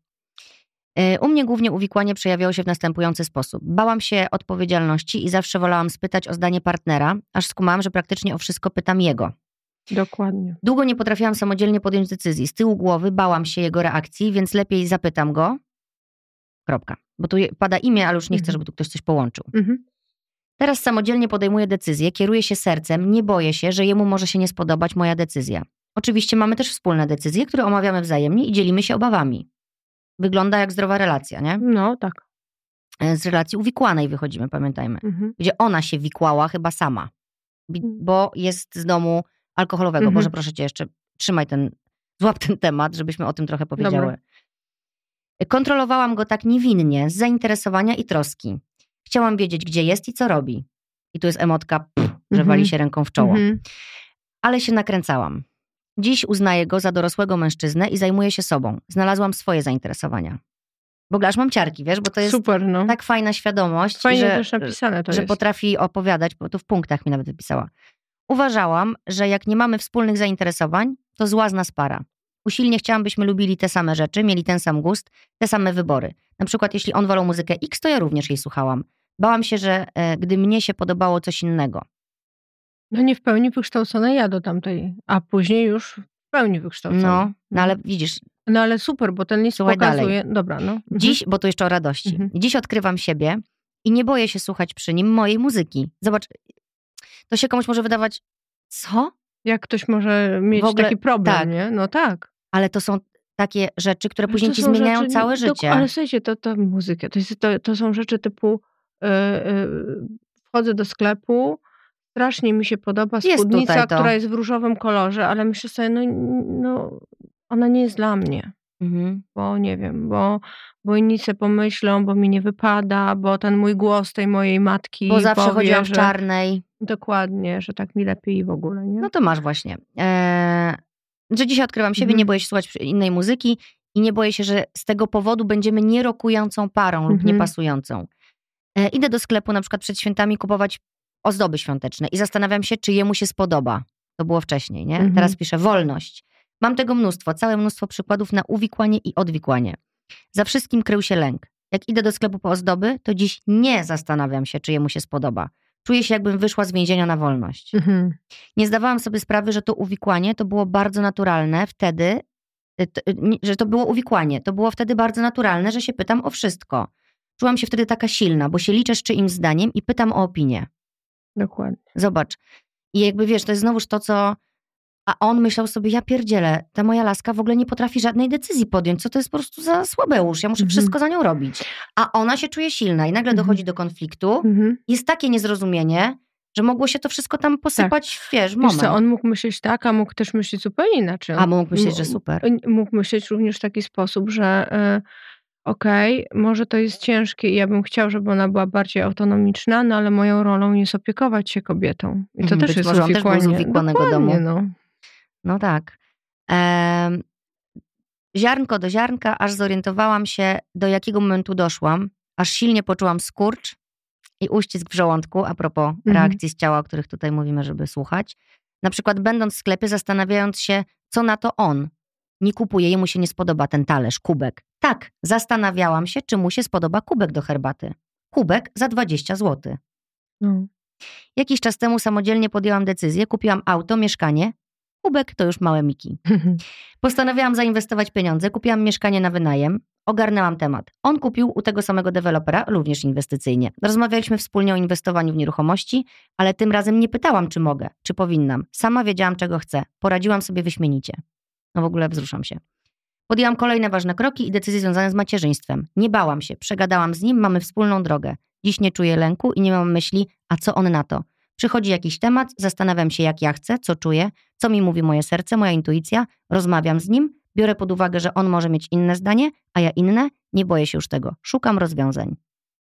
E, U mnie głównie uwikłanie przejawiało się w następujący sposób. Bałam się odpowiedzialności i zawsze wolałam spytać o zdanie partnera, aż skumałam, że praktycznie o wszystko pytam jego. Dokładnie. Długo nie potrafiłam samodzielnie podjąć decyzji. Z tyłu głowy bałam się jego reakcji, więc lepiej zapytam go. Kropka. Bo tu je- pada imię, ale już nie chcę, Mhm. żeby tu ktoś coś połączył. Mhm. Teraz samodzielnie podejmuję decyzję, kieruję się sercem, nie boję się, że jemu może się nie spodobać moja decyzja. Oczywiście mamy też wspólne decyzje, które omawiamy wzajemnie i dzielimy się obawami. Wygląda jak zdrowa relacja, nie? No tak. E, Z relacji uwikłanej wychodzimy, pamiętajmy. Mhm. Gdzie ona się wikłała chyba sama, Bi- Mm. bo jest z domu alkoholowego. Mhm. Boże, proszę cię jeszcze, trzymaj ten, złap ten temat, żebyśmy o tym trochę powiedziały. Dobra. Kontrolowałam go tak niewinnie, z zainteresowania i troski. Chciałam wiedzieć, gdzie jest i co robi. I tu jest emotka, pff, że Mhm. wali się ręką w czoło. Mhm. Ale się nakręcałam. Dziś uznaję go za dorosłego mężczyznę i zajmuję się sobą. Znalazłam swoje zainteresowania. W ogóle aż mam ciarki, wiesz, bo to jest Super, no. tak fajna świadomość, Fajnie że, też napisane to że jest. potrafi opowiadać, bo tu w punktach mi nawet wypisała. Uważałam, że jak nie mamy wspólnych zainteresowań, to zła z nas para. Usilnie chciałam, byśmy lubili te same rzeczy, mieli ten sam gust, te same wybory. Na przykład jeśli on wolał muzykę X, to ja również jej słuchałam. Bałam się, że e, gdy mnie się podobało coś innego. No nie w pełni wykształcona ja do tamtej, a później już w pełni wykształcona. No, no ale widzisz, No ale super, bo ten list Słuchaj pokazuje... Dobra, no. Mhm. dziś, bo to jeszcze o radości, Mhm. dziś odkrywam siebie i nie boję się słuchać przy nim mojej muzyki. Zobacz, to się komuś może wydawać, co? Jak ktoś może mieć W ogóle- taki problem, tak. nie? No tak. Ale to są takie rzeczy, które Ale później to ci są zmieniają rzeczy- całe dok- życie. Ale słuchajcie, to, to muzyka, to, jest, to, to są rzeczy typu yy, yy, wchodzę do sklepu, strasznie mi się podoba Jest spódnica, tutaj to. która jest w różowym kolorze, ale myślę sobie, no, no ona nie jest dla mnie. Mhm. Bo nie wiem, bo, bo inni se pomyślą, bo mi nie wypada, bo ten mój głos tej mojej matki Bo zawsze powie, chodziłam w że, czarnej. Dokładnie, że tak mi lepiej i w ogóle, nie? No to masz właśnie. Eee, że dzisiaj odkrywam siebie, Mhm. nie boję się słuchać innej muzyki i nie boję się, że z tego powodu będziemy nierokującą parą lub Mhm. niepasującą. E, idę do sklepu na przykład przed świętami kupować ozdoby świąteczne i zastanawiam się, czy jemu się spodoba. To było wcześniej, nie? Mhm. Teraz piszę wolność. Mam tego mnóstwo, całe mnóstwo przykładów na uwikłanie i odwikłanie. Za wszystkim krył się lęk. Jak idę do sklepu po ozdoby, to dziś nie zastanawiam się, czy jemu się spodoba. Czuję się, jakbym wyszła z więzienia na wolność. Mhm. Nie zdawałam sobie sprawy, że to uwikłanie to było bardzo naturalne wtedy, y, t- y, nie- że to było uwikłanie. To było wtedy bardzo naturalne, że się pytam o wszystko. Czułam się wtedy taka silna, bo się liczę z czyimś zdaniem i pytam o opinię. Dokładnie. Zobacz. I jakby wiesz, to jest znowuż to, co... A on myślał sobie, ja pierdzielę, ta moja laska w ogóle nie potrafi żadnej decyzji podjąć. Co to jest po prostu za słabeusz? Ja muszę Mhm. wszystko za nią robić. A ona się czuje silna i nagle Mhm. dochodzi do konfliktu. Mhm. Jest takie niezrozumienie, że mogło się to wszystko tam posypać, wiesz, w Wiesz moment. co, on mógł myśleć tak, a mógł też myśleć zupełnie inaczej. A mógł myśleć, że M- super. Mógł myśleć również w taki sposób, że y, okej, może to jest ciężkie i ja bym chciał, żeby ona była bardziej autonomiczna, no ale moją rolą jest opiekować się kobietą. I to Mhm, też być jest może on też był z uwikłanie. uwikłanego Dokładnie, domu. no. No tak. Em, ziarnko do ziarnka, aż zorientowałam się, do jakiego momentu doszłam, aż silnie poczułam skurcz i uścisk w żołądku, a propos Mhm. reakcji z ciała, o których tutaj mówimy, żeby słuchać. Na przykład będąc w sklepie, zastanawiając się, co na to on. Nie kupuje, jemu się nie spodoba ten talerz, kubek. Tak, zastanawiałam się, czy mu się spodoba kubek do herbaty. Kubek za dwadzieścia złotych. No. Jakiś czas temu samodzielnie podjęłam decyzję, kupiłam auto, mieszkanie. Kubek to już małe miki. Postanowiłam zainwestować pieniądze, kupiłam mieszkanie na wynajem. ogarnęłam temat. On kupił u tego samego dewelopera, również inwestycyjnie. Rozmawialiśmy wspólnie o inwestowaniu w nieruchomości, ale tym razem nie pytałam, czy mogę, czy powinnam. Sama wiedziałam, czego chcę. Poradziłam sobie wyśmienicie. No w ogóle wzruszam się. Podjęłam kolejne ważne kroki i decyzje związane z macierzyństwem. Nie bałam się, przegadałam z nim, mamy wspólną drogę. Dziś nie czuję lęku i nie mam myśli, a co on na to? Przychodzi jakiś temat, zastanawiam się, jak ja chcę, co czuję, co mi mówi moje serce, moja intuicja, rozmawiam z nim, biorę pod uwagę, że on może mieć inne zdanie, a ja inne, nie boję się już tego. Szukam rozwiązań.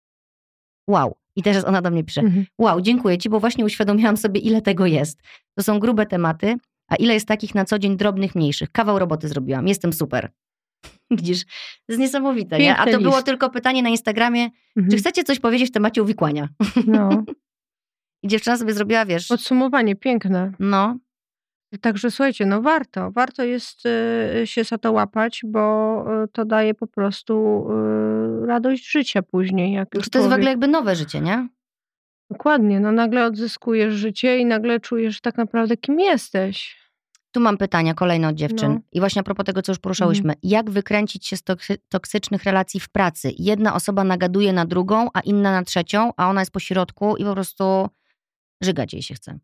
Wow. I teraz ona do mnie pisze, mhm. wow, dziękuję ci, bo właśnie uświadomiłam sobie, ile tego jest. To są grube tematy, a ile jest takich na co dzień drobnych, mniejszych. Kawał roboty zrobiłam, jestem super. Widzisz, to jest niesamowite, nie? A to list. Było tylko pytanie na Instagramie, mhm. czy chcecie coś powiedzieć w temacie uwikłania? No. I dziewczyna sobie zrobiła, wiesz... Podsumowanie piękne. No. Także słuchajcie, no warto. Warto jest y, się za to łapać, bo y, to daje po prostu y, radość życia później. Jak już to jest człowiek... w ogóle jakby nowe życie, nie? Dokładnie. No nagle odzyskujesz życie i nagle czujesz tak naprawdę, kim jesteś. Tu mam pytania kolejne od dziewczyn. No. I właśnie a propos tego, co już poruszałyśmy. Mhm. Jak wykręcić się z toksy- toksycznych relacji w pracy? Jedna osoba nagaduje na drugą, a inna na trzecią, a ona jest po środku i po prostu żygać jej się chce.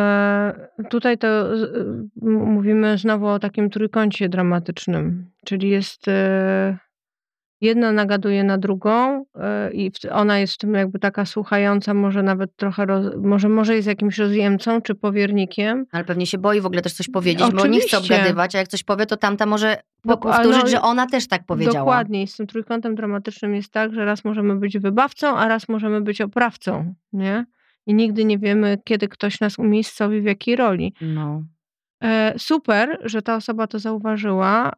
E, tutaj to y, mówimy znowu o takim trójkącie dramatycznym. Czyli jest... Y, jedna nagaduje na drugą y, i ona jest w tym jakby taka słuchająca, może nawet trochę, roz, może, może jest jakimś rozjemcą czy powiernikiem. Ale pewnie się boi w ogóle też coś powiedzieć, Oczywiście. Bo nie chce obgadywać, a jak coś powie, to tamta może po, powtórzyć, no, że ona też tak powiedziała. Dokładnie. Z tym trójkątem dramatycznym jest tak, że raz możemy być wybawcą, a raz możemy być oprawcą, nie? I nigdy nie wiemy, kiedy ktoś nas umiejscowi w jakiej roli. No. E, super, że ta osoba to zauważyła.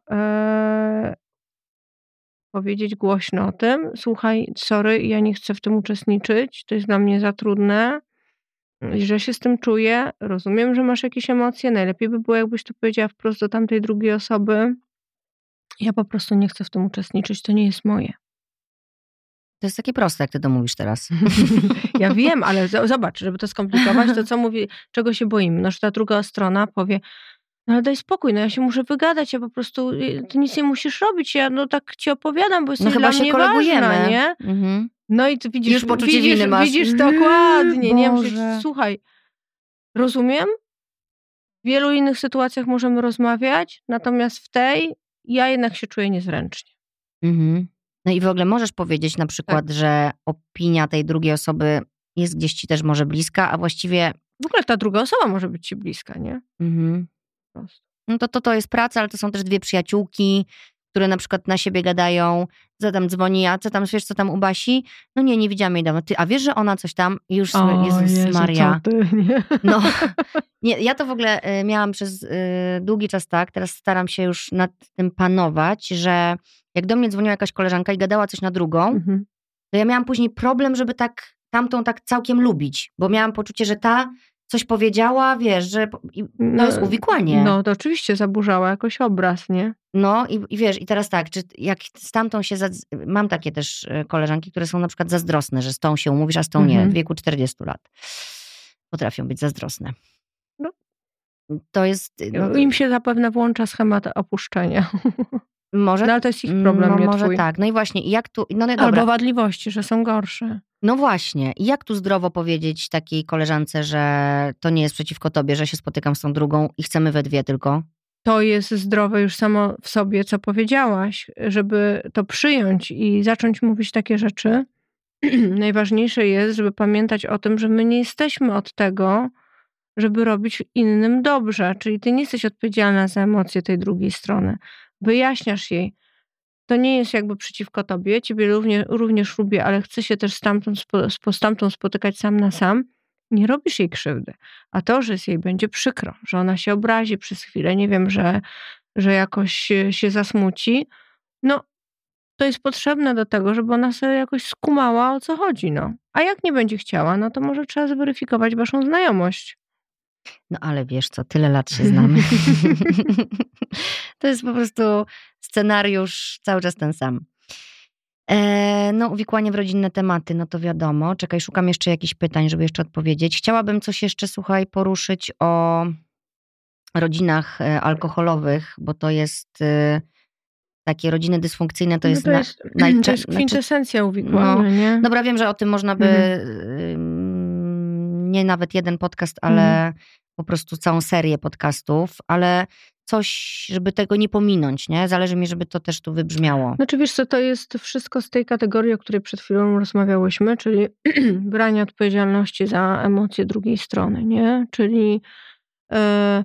E, powiedzieć głośno o tym. Słuchaj, sorry, ja nie chcę w tym uczestniczyć, to jest dla mnie za trudne, źle się z tym czuję, rozumiem, że masz jakieś emocje, najlepiej by było, jakbyś to powiedziała wprost do tamtej drugiej osoby. Ja po prostu nie chcę w tym uczestniczyć, to nie jest moje. To jest takie proste, jak ty to mówisz teraz. Ja wiem, ale zobacz, żeby to skomplikować, to co mówi, czego się boimy? No, że ta druga strona powie, no ale daj spokój, no ja się muszę wygadać, ja po prostu, ty nic nie musisz robić, ja no tak ci opowiadam, bo jesteś no chyba dla się mnie kolegujemy. ważna, nie? Mhm. No i ty widzisz, już poczucie widzisz, winy masz. widzisz dokładnie, nie? Boże. Słuchaj, rozumiem, w wielu innych sytuacjach możemy rozmawiać, natomiast w tej ja jednak się czuję niezręcznie. Mhm. No i w ogóle możesz powiedzieć na przykład, Tak. że opinia tej drugiej osoby jest gdzieś ci też może bliska, a właściwie... W ogóle ta druga osoba może być ci bliska, nie? Mhm. Po prostu. No to, to to jest praca, ale to są też dwie przyjaciółki, które na przykład na siebie gadają, co tam dzwoni, a co tam, wiesz, co tam u Basi? No nie, nie widziałam jej dawno. Ty, a wiesz, że ona coś tam? Już, o, Jezus Jezu, Maria. Co ty, nie? No, nie, ja to w ogóle y, miałam przez y, długi czas tak, teraz staram się już nad tym panować, że jak do mnie dzwoniła jakaś koleżanka i gadała coś na drugą, Mhm. to ja miałam później problem, żeby tak tamtą tak całkiem lubić, bo miałam poczucie, że ta coś powiedziała, wiesz, że i to No, jest uwikłanie. No to oczywiście zaburzała jakoś obraz, nie? No i, i wiesz, i teraz tak, czy jak z tamtą się, zadz- mam takie też y, koleżanki, które są na przykład zazdrosne, że z tą się umówisz, a z tą nie, Mhm. w wieku czterdziestu lat. Potrafią być zazdrosne. No. To jest... No, Im się zapewne włącza schemat opuszczenia. może, No ale to jest ich problem, no, nie może twój. tak. No i właśnie, i jak tu... No, no dobra. Albo wadliwości, że są gorsze. No właśnie. I jak tu zdrowo powiedzieć takiej koleżance, że to nie jest przeciwko tobie, że się spotykam z tą drugą i chcemy we dwie tylko? To jest zdrowe już samo w sobie, co powiedziałaś, żeby to przyjąć i zacząć mówić takie rzeczy. Najważniejsze jest, żeby pamiętać o tym, że my nie jesteśmy od tego, żeby robić innym dobrze. Czyli ty nie jesteś odpowiedzialna za emocje tej drugiej strony. Wyjaśniasz jej. To nie jest jakby przeciwko tobie, ciebie również, również lubię, ale chcę się też z tamtą, z tamtą spotykać sam na sam. Nie robisz jej krzywdy. A to, że jej będzie przykro, że ona się obrazi przez chwilę, nie wiem, że, że jakoś się, się zasmuci, no to jest potrzebne do tego, żeby ona sobie jakoś skumała, o co chodzi. No. A jak nie będzie chciała, no to może trzeba zweryfikować waszą znajomość. No ale wiesz co, tyle lat się znamy. To jest po prostu scenariusz cały czas ten sam. E, no uwikłanie w rodzinne tematy, no to wiadomo. Czekaj, szukam jeszcze jakichś pytań, żeby jeszcze odpowiedzieć. Chciałabym coś jeszcze, słuchaj, poruszyć o rodzinach alkoholowych, bo to jest takie rodziny dysfunkcyjne to No jest, to na, jest, najczę- to jest znaczy- kwintesencja uwikłania, no, nie? Dobra, wiem, że o tym można by Mhm. ym, nie nawet jeden podcast, ale Mhm. po prostu całą serię podcastów, ale coś, żeby tego nie pominąć, nie? Zależy mi, żeby to też tu wybrzmiało. Znaczy wiesz co, to jest wszystko z tej kategorii, o której przed chwilą rozmawiałyśmy, czyli branie odpowiedzialności za emocje drugiej strony, nie? Czyli e,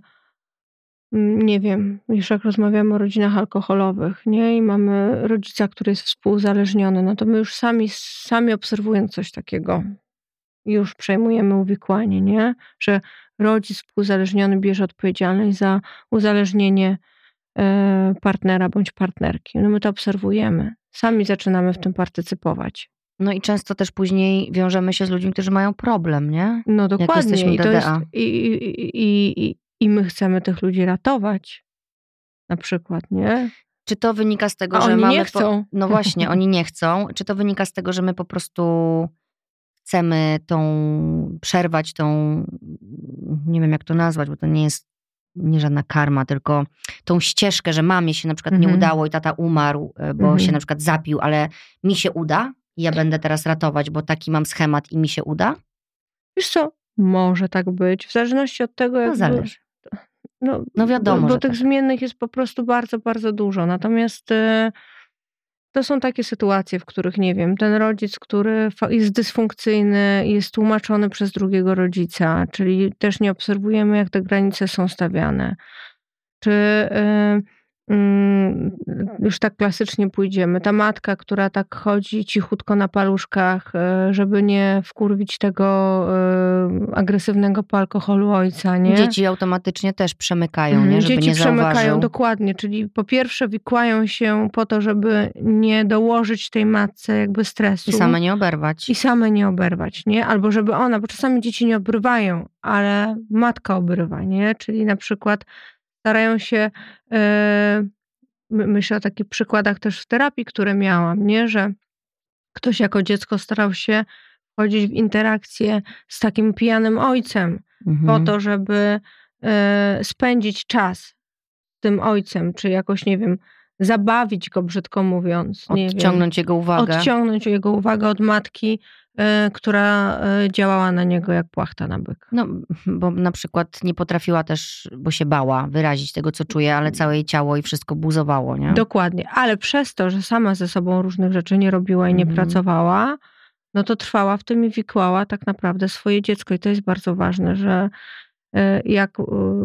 nie wiem, już jak rozmawiamy o rodzinach alkoholowych, nie? I mamy rodzica, który jest współuzależniony, no to my już sami, sami obserwując coś takiego, już przejmujemy uwikłanie, nie? Że rodzic współuzależniony bierze odpowiedzialność za uzależnienie e, partnera bądź partnerki. No my to obserwujemy. Sami zaczynamy w tym partycypować. No i często też później wiążemy się z ludźmi, którzy mają problem, nie? No Jak dokładnie. jesteśmy I, to jest, D D A. i, i, i, i, I my chcemy tych ludzi ratować. Na przykład, nie? Czy to wynika z tego, A że oni mamy... nie Po... chcą. No właśnie, oni nie chcą. Czy to wynika z tego, że my po prostu chcemy tą, przerwać tą, nie wiem jak to nazwać, bo to nie jest nie żadna karma, tylko tą ścieżkę, że mamie się na przykład Mhm. nie udało i tata umarł, bo Mhm. się na przykład zapił, ale mi się uda i ja będę teraz ratować, bo taki mam schemat i mi się uda? Wiesz co, może tak być. W zależności od tego, jak... No zależy. No, No wiadomo, bo, bo że tych tak. zmiennych jest po prostu bardzo, bardzo dużo. Natomiast e, to są takie sytuacje, w których, nie wiem, ten rodzic, który fa- jest dysfunkcyjny, jest tłumaczony przez drugiego rodzica, czyli też nie obserwujemy, jak te granice są stawiane. Czy e, mm, już tak klasycznie pójdziemy, ta matka, która tak chodzi cichutko na paluszkach, e, żeby nie wkurwić tego e, agresywnego po alkoholu ojca, nie? Dzieci automatycznie też przemykają, Mhm. nie? Żeby Dzieci nie przemykają, zauważył. dokładnie, czyli po pierwsze wikłają się po to, żeby nie dołożyć tej matce jakby stresu. I same nie oberwać. I same nie oberwać, nie? Albo żeby ona, bo czasami dzieci nie obrywają, ale matka obrywa, nie? Czyli na przykład starają się, yy, myślę o takich przykładach też w terapii, które miałam, nie? Że ktoś jako dziecko starał się wchodzić w interakcję z takim pijanym ojcem, Mhm. po to, żeby y, spędzić czas z tym ojcem, czy jakoś, nie wiem, zabawić go, brzydko mówiąc. Nie Odciągnąć wiem, jego uwagę. Odciągnąć jego uwagę od matki, y, która y, działała na niego jak płachta na byka. No, bo na przykład nie potrafiła też, bo się bała wyrazić tego, co czuje, ale całe jej ciało i wszystko buzowało, nie? Dokładnie, ale przez to, że sama ze sobą różnych rzeczy nie robiła i nie Mhm. pracowała, no to trwała w tym i wikłała tak naprawdę swoje dziecko. I to jest bardzo ważne, że y, jak y,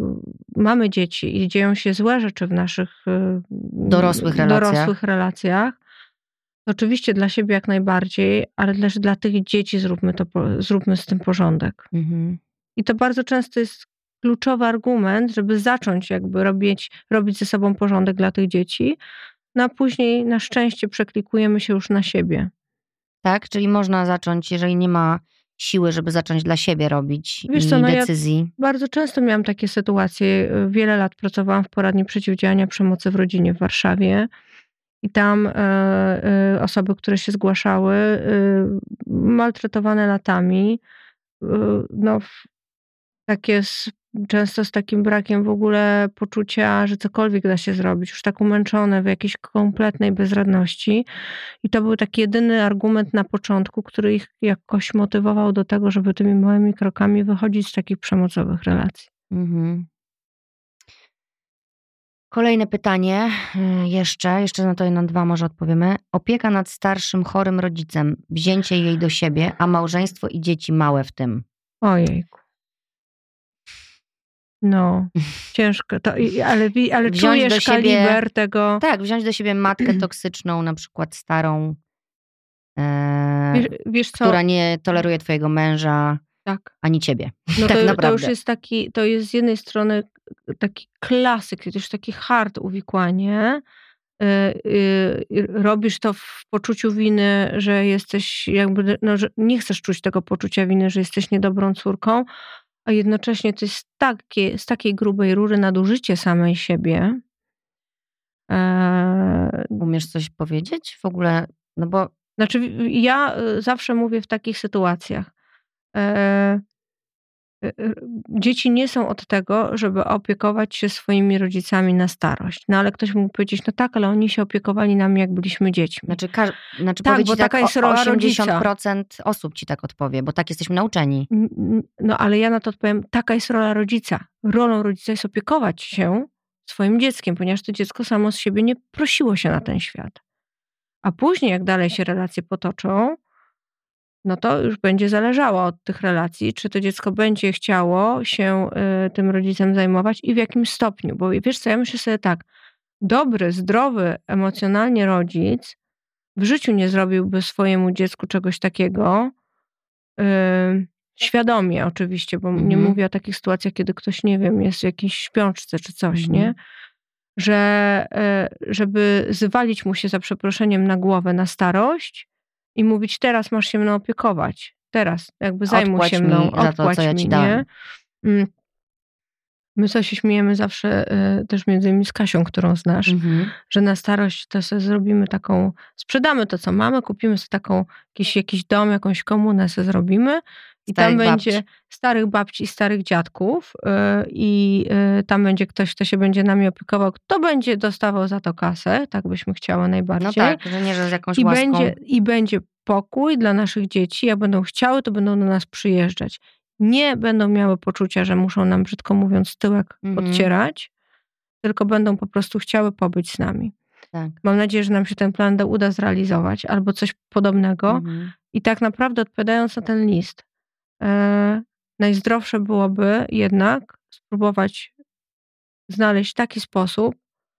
mamy dzieci i dzieją się złe rzeczy w naszych y, Dorosłych relacjach. dorosłych relacjach, to oczywiście dla siebie jak najbardziej, ale też dla tych dzieci zróbmy, to, po- zróbmy z tym porządek. Mhm. I to bardzo często jest kluczowy argument, żeby zacząć jakby robić, robić ze sobą porządek dla tych dzieci, no a później na szczęście przeklikujemy się już na siebie. Tak? Czyli można zacząć, jeżeli nie ma siły, żeby zacząć dla siebie robić Wiesz i co, no ja decyzji. bardzo często miałam takie sytuacje. Wiele lat pracowałam w poradni przeciwdziałania przemocy w rodzinie w Warszawie. I tam e, e, osoby, które się zgłaszały, e, maltretowane latami, e, no, w- takie z, często z takim brakiem w ogóle poczucia, że cokolwiek da się zrobić, już tak umęczone w jakiejś kompletnej bezradności. I to był taki jedyny argument na początku, który ich jakoś motywował do tego, żeby tymi małymi krokami wychodzić z takich przemocowych relacji. Mhm. Kolejne pytanie y, jeszcze, jeszcze na to na dwa może odpowiemy. Opieka nad starszym, chorym rodzicem, wzięcie jej do siebie, a małżeństwo i dzieci małe w tym. Ojejku. No, ciężko. To, i- ale wi- ale Wziąć czujesz do siebie- kaliber tego. Tak, wziąć do siebie matkę toksyczną, na przykład starą, e, Wiesz, wiesz co? która nie toleruje twojego męża, Tak. ani ciebie. No tak to, to naprawdę. już jest taki, to jest z jednej strony taki klasyk, to już taki hard uwikłanie. Y, y, y, robisz to w poczuciu winy, że jesteś jakby, no, że nie chcesz czuć tego poczucia winy, że jesteś niedobrą córką, a jednocześnie to jest takie, z takiej grubej rury nadużycie samej siebie. E, Umiesz coś powiedzieć w ogóle? No bo Znaczy, ja y, zawsze mówię w takich sytuacjach. E, dzieci nie są od tego, żeby opiekować się swoimi rodzicami na starość. No ale ktoś mógł powiedzieć, no tak, ale oni się opiekowali nami, jak byliśmy dziećmi. Znaczy, każ- znaczy Tak, powie bo ci tak taka jest o- rola osiemdziesiąt rodzica. procent osób ci tak odpowie, bo tak jesteśmy nauczeni. N- n- No ale ja na to odpowiem, taka jest rola rodzica. Rolą rodzica jest opiekować się swoim dzieckiem, ponieważ to dziecko samo z siebie nie prosiło się na ten świat. A później, jak dalej się relacje potoczą, no to już będzie zależało od tych relacji, czy to dziecko będzie chciało się y, tym rodzicem zajmować i w jakim stopniu. Bo wiesz co, ja myślę sobie tak, dobry, zdrowy emocjonalnie rodzic w życiu nie zrobiłby swojemu dziecku czegoś takiego, y, świadomie oczywiście, bo nie Mhm. mówię o takich sytuacjach, kiedy ktoś, nie wiem, jest w jakiejś śpiączce czy coś, Mhm. nie? Że y, żeby zwalić mu się za przeproszeniem na głowę na starość i mówić, teraz masz się mną opiekować, teraz jakby zajmuj Odpłać się mi mną, za to, odpłać co ja ci mi, dałem. nie? Mm. My sobie się śmiejemy zawsze y, też między innymi z Kasią, którą znasz, Mhm. że na starość to sobie zrobimy taką, sprzedamy to, co mamy, kupimy sobie taką, jakiś, jakiś dom, jakąś komunę sobie zrobimy i Starych tam babci. będzie starych babci i starych dziadków y, i y, tam będzie ktoś, kto się będzie nami opiekował, kto będzie dostawał za to kasę, tak byśmy chciały najbardziej. No tak, że nie, że z jakąś I łaską. będzie, I będzie pokój dla naszych dzieci, jak będą chciały, to będą do nas przyjeżdżać. Nie będą miały poczucia, że muszą nam, brzydko mówiąc, tyłek Mhm. podcierać, tylko będą po prostu chciały pobyć z nami. Tak. Mam nadzieję, że nam się ten plan uda zrealizować, albo coś podobnego. Mhm. I tak naprawdę odpowiadając na ten list, e, najzdrowsze byłoby jednak spróbować znaleźć taki sposób,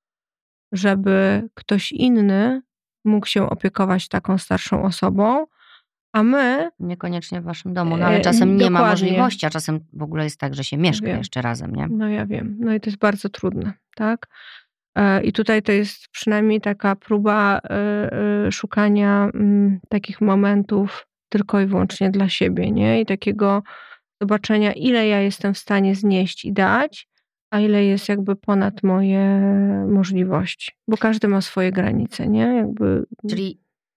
żeby ktoś inny mógł się opiekować taką starszą osobą, a my... Niekoniecznie w waszym domu, no ale E, czasem nie ma dokładnie. możliwości, a czasem w ogóle jest tak, że się mieszka Wiem. jeszcze razem, nie? No ja wiem. No i to jest bardzo trudne, tak? E, I tutaj to jest przynajmniej taka próba e, e, szukania mm, takich momentów tylko i wyłącznie dla siebie, nie? I takiego zobaczenia, ile ja jestem w stanie znieść i dać, a ile jest jakby ponad moje możliwości. Bo każdy ma swoje granice, nie? Jakby... Czyli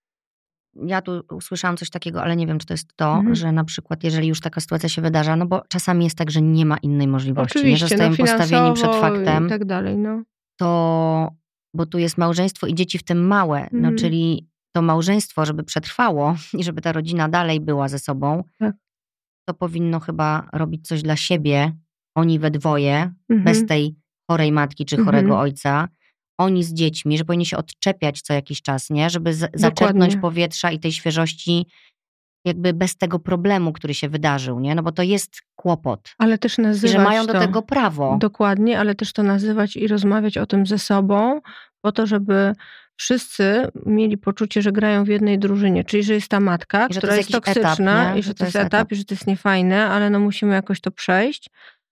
ja tu usłyszałam coś takiego, ale nie wiem, czy to jest to, Mhm. że na przykład jeżeli już taka sytuacja się wydarza, no bo czasami jest tak, że nie ma innej możliwości, nie? Że Oczywiście, no zostajemy postawieni przed finansowo faktem, i tak dalej, no. to, bo tu jest małżeństwo i dzieci w tym małe, no Mhm. czyli to małżeństwo, żeby przetrwało i żeby ta rodzina dalej była ze sobą, Tak. to powinno chyba robić coś dla siebie, oni we dwoje, Mhm. bez tej chorej matki czy Mhm. chorego ojca, oni z dziećmi, że powinni się odczepiać co jakiś czas, nie? Żeby z- zaczerpnąć Dokładnie. powietrza i tej świeżości jakby bez tego problemu, który się wydarzył, nie? No bo to jest kłopot. Ale też I nazywać że mają to. do tego prawo. Dokładnie, ale też to nazywać i rozmawiać o tym ze sobą, po to, żeby wszyscy mieli poczucie, że grają w jednej drużynie. Czyli, że jest ta matka, I że to która jest jest jakiś etap, toksyczna nie? i że to jest etap i że to jest niefajne, ale no musimy jakoś to przejść.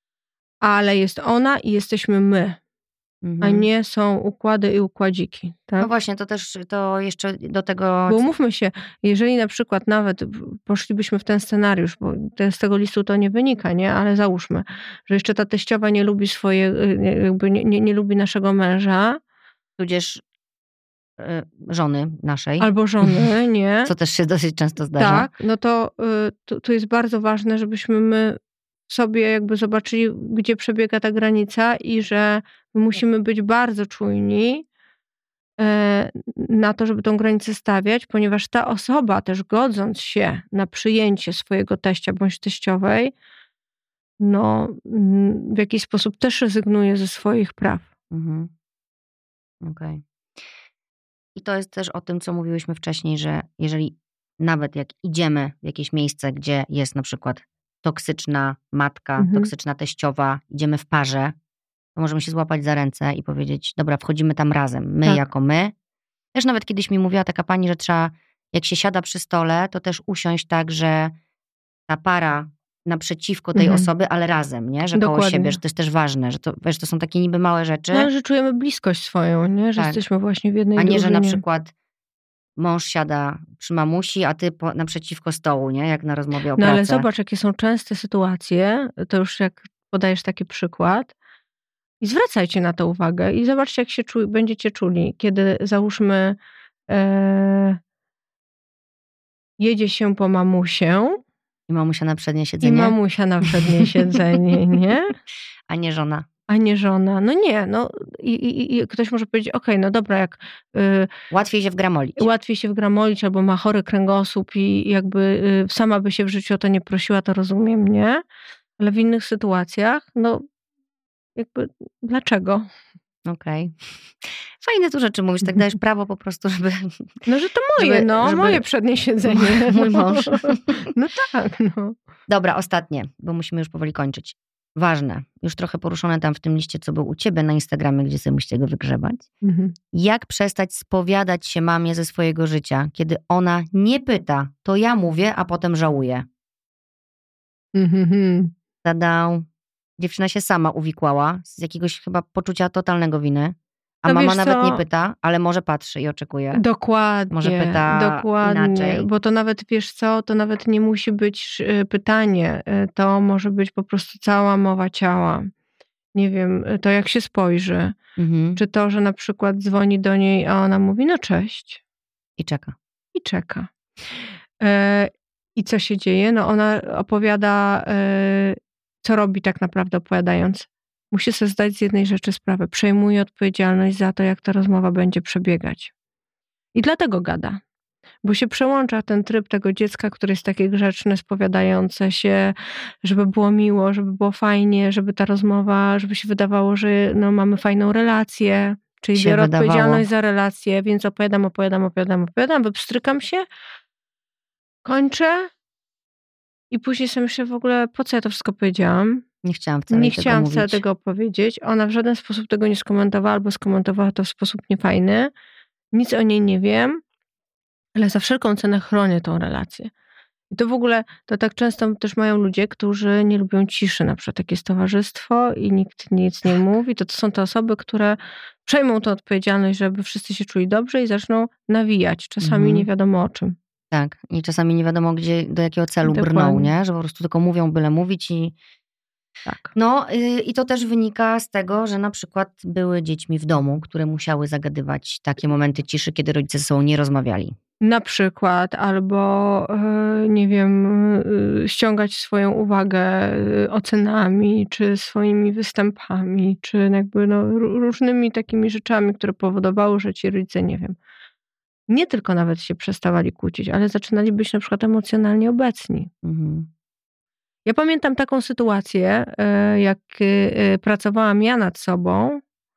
Ale jest ona i jesteśmy my, a Mhm. nie są układy i układziki. Tak? No właśnie, to też, to jeszcze do tego... Bo umówmy się, jeżeli na przykład nawet w- poszlibyśmy w ten scenariusz, bo te- z tego listu to nie wynika, nie? Ale załóżmy, że jeszcze ta teściowa nie lubi swoje, y, jakby nie, nie, nie lubi naszego męża, tudzież y, żony naszej, albo żony, nie? co też się dosyć często zdarza. Tak, no to, y, to, to jest bardzo ważne, żebyśmy my sobie jakby zobaczyli, gdzie przebiega ta granica i że my musimy być bardzo czujni e, na to, żeby tą granicę stawiać, ponieważ ta osoba też godząc się na przyjęcie swojego teścia bądź teściowej, no mm, w jakiś sposób też rezygnuje ze swoich praw. Mhm. Okej. I to jest też o tym, co mówiłyśmy wcześniej, że jeżeli nawet jak idziemy w jakieś miejsce, gdzie jest na przykład toksyczna matka, Mhm. toksyczna teściowa, idziemy w parze, to możemy się złapać za ręce i powiedzieć, dobra, wchodzimy tam razem, my Tak. jako my. Też nawet kiedyś mi mówiła taka pani, że trzeba, jak się siada przy stole, to też usiąść tak, że ta para naprzeciwko tej Mhm. osoby, ale razem, nie? Że koło Dokładnie. siebie, że to jest też ważne, że to, wiesz, to są takie niby małe rzeczy, No, ale że czujemy bliskość swoją, nie? Że Tak. jesteśmy właśnie w jednej a nie, że drużynie. na przykład mąż siada przy mamusi, a ty po, naprzeciwko stołu, nie? Jak na rozmowie o No pracy. ale zobacz, jakie są częste sytuacje, to już jak podajesz taki przykład i zwracajcie na to uwagę i zobaczcie, jak się czu, będziecie czuli, kiedy załóżmy e, jedzie się po mamusię I mamusia na przednie I siedzenie, mamusia na przednie siedzenie, nie? a nie żona. A nie żona. No nie, no i, i, i ktoś może powiedzieć, okej, no dobra, jak y, Łatwiej się wgramolić. łatwiej się wgramolić albo ma chory kręgosłup i jakby y, sama by się w życiu o to nie prosiła, to rozumiem, nie? Ale w innych sytuacjach, no jakby dlaczego? Okej. Fajne tu rzeczy mówisz, tak dajesz prawo po prostu, żeby... No, że to moje, Żeby- no, żeby- moje przednie siedzenie. Mój mąż. No tak, no. Dobra, ostatnie, bo musimy już powoli kończyć. Ważne, już trochę poruszone tam w tym liście, co był u ciebie na Instagramie, gdzie sobie musicie go wygrzebać. Mhm. Jak przestać spowiadać się mamie ze swojego życia, kiedy ona nie pyta, to ja mówię, a potem żałuję. Mhm. Tada. Dziewczyna się sama uwikłała z jakiegoś chyba poczucia totalnego winy, a No mama wiesz nawet co? nie pyta, ale może patrzy i oczekuje. Dokładnie. Może pyta dokładnie, inaczej. Bo to nawet, wiesz co, to nawet nie musi być y, pytanie. Y, To może być po prostu cała mowa ciała. Nie wiem, y, to jak się spojrzy. Mhm. Czy to, że na przykład dzwoni do niej, a ona mówi, no cześć. I czeka. I czeka. E, I co się dzieje? No ona opowiada, e, co robi tak naprawdę opowiadając. Musi sobie zdać z jednej rzeczy sprawę. Przejmuje odpowiedzialność za to, jak ta rozmowa będzie przebiegać. I dlatego gada. Bo się przełącza ten tryb tego dziecka, które jest takie grzeczne, spowiadające się, żeby było miło, żeby było fajnie, żeby ta rozmowa, żeby się wydawało, że no, mamy fajną relację. Czyli Się biorę wydawało. odpowiedzialność za relację, więc opowiadam, opowiadam, opowiadam, opowiadam, wypstrykam się, kończę i później sobie myślę w ogóle, po co ja to wszystko powiedziałam? Nie chciałam wcale Nie tego chciałam mówić. wcale tego opowiedzieć. Ona w żaden sposób tego nie skomentowała, albo skomentowała to w sposób niefajny. Nic o niej nie wiem, ale za wszelką cenę chronię tą relację. I to w ogóle, to tak często też mają ludzie, którzy nie lubią ciszy, na przykład takie jest towarzystwo i nikt nic nie mówi, to to są te osoby, które przejmą tę odpowiedzialność, żeby wszyscy się czuli dobrze i zaczną nawijać, czasami Mhm. nie wiadomo o czym. Tak. I czasami nie wiadomo, gdzie, do jakiego celu brną, Dokładnie. nie? Że po prostu tylko mówią, byle mówić i... Tak. No y, i to też wynika z tego, że na przykład były dziećmi w domu, które musiały zagadywać takie momenty ciszy, kiedy rodzice ze sobą nie rozmawiali. Na przykład, albo e, nie wiem, e, ściągać swoją uwagę e, ocenami, czy swoimi występami, czy jakby no, ró- różnymi takimi rzeczami, które powodowały, że ci rodzice, nie wiem, nie tylko nawet się przestawali kłócić, ale zaczynali być na przykład emocjonalnie obecni. Mhm. Ja pamiętam taką sytuację, e, jak e, pracowałam ja nad sobą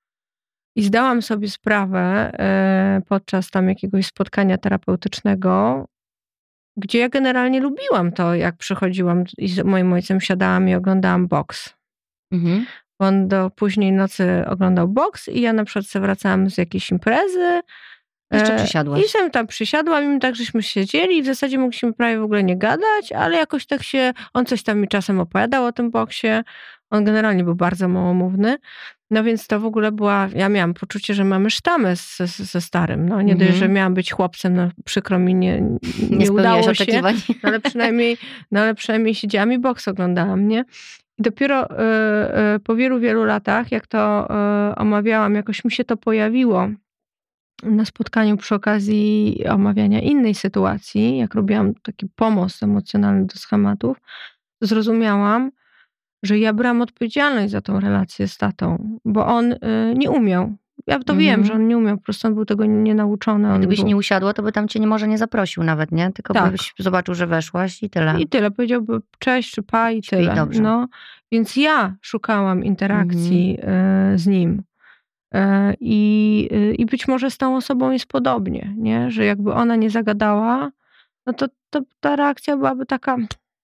i zdałam sobie sprawę e, podczas tam jakiegoś spotkania terapeutycznego, gdzie ja generalnie lubiłam to, jak przychodziłam i z moim ojcem siadałam i oglądałam boks. Mhm. Bo on do późnej nocy oglądał boks i ja na przykład sobie wracałam z jakiejś imprezy. Jeszcze e, przysiadłaś. I sam tam przysiadłam i tak żeśmy siedzieli i w zasadzie mogliśmy prawie w ogóle nie gadać, ale jakoś tak się, on coś tam mi czasem opowiadał o tym boksie. On generalnie był bardzo małomówny. No więc to w ogóle była, ja miałam poczucie, że mamy sztamę ze, ze starym. No nie Mhm. dość, że miałam być chłopcem, no przykro mi, nie, nie, Nie udało spełniłaś się. oczekiwań. No ale przynajmniej, no ale przynajmniej siedziałam i boks oglądałam, nie? I dopiero y, y, po wielu, wielu latach, jak to y, omawiałam, jakoś mi się to pojawiło na spotkaniu przy okazji omawiania innej sytuacji, jak robiłam taki pomost emocjonalny do schematów, to zrozumiałam, że ja brałam odpowiedzialność za tą relację z tatą, bo on y, nie umiał. Ja to Mhm. wiem, że on nie umiał, po prostu on był tego nienauczony. On Gdybyś był... nie usiadła, to by tam cię nie, może nie zaprosił nawet, nie? Tylko Tak. byś zobaczył, że weszłaś i tyle. I tyle. Powiedziałby cześć czy pa i Śpi, tyle. dobrze. No, więc ja szukałam interakcji Mhm. y, z nim. Y, I, y, I być może z tą osobą jest podobnie, nie? Że jakby ona nie zagadała, no to, to ta reakcja byłaby taka...